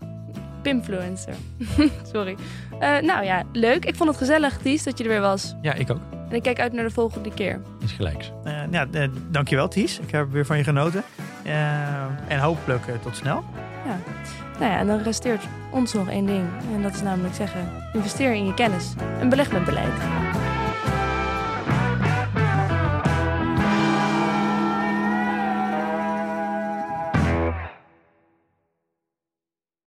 S3: Pimfluencer. Sorry. Uh, nou ja, leuk. Ik vond het gezellig, Ties, dat je er weer was.
S5: Ja, ik ook.
S3: En ik kijk uit naar de volgende keer.
S5: Is gelijks.
S4: Uh, ja, uh, dankjewel, Ties. Ik heb weer van je genoten. Uh, en hopelijk uh, tot snel.
S3: Ja. Nou ja, en dan resteert ons nog één ding. En dat is namelijk zeggen, investeer in je kennis en beleg met beleid.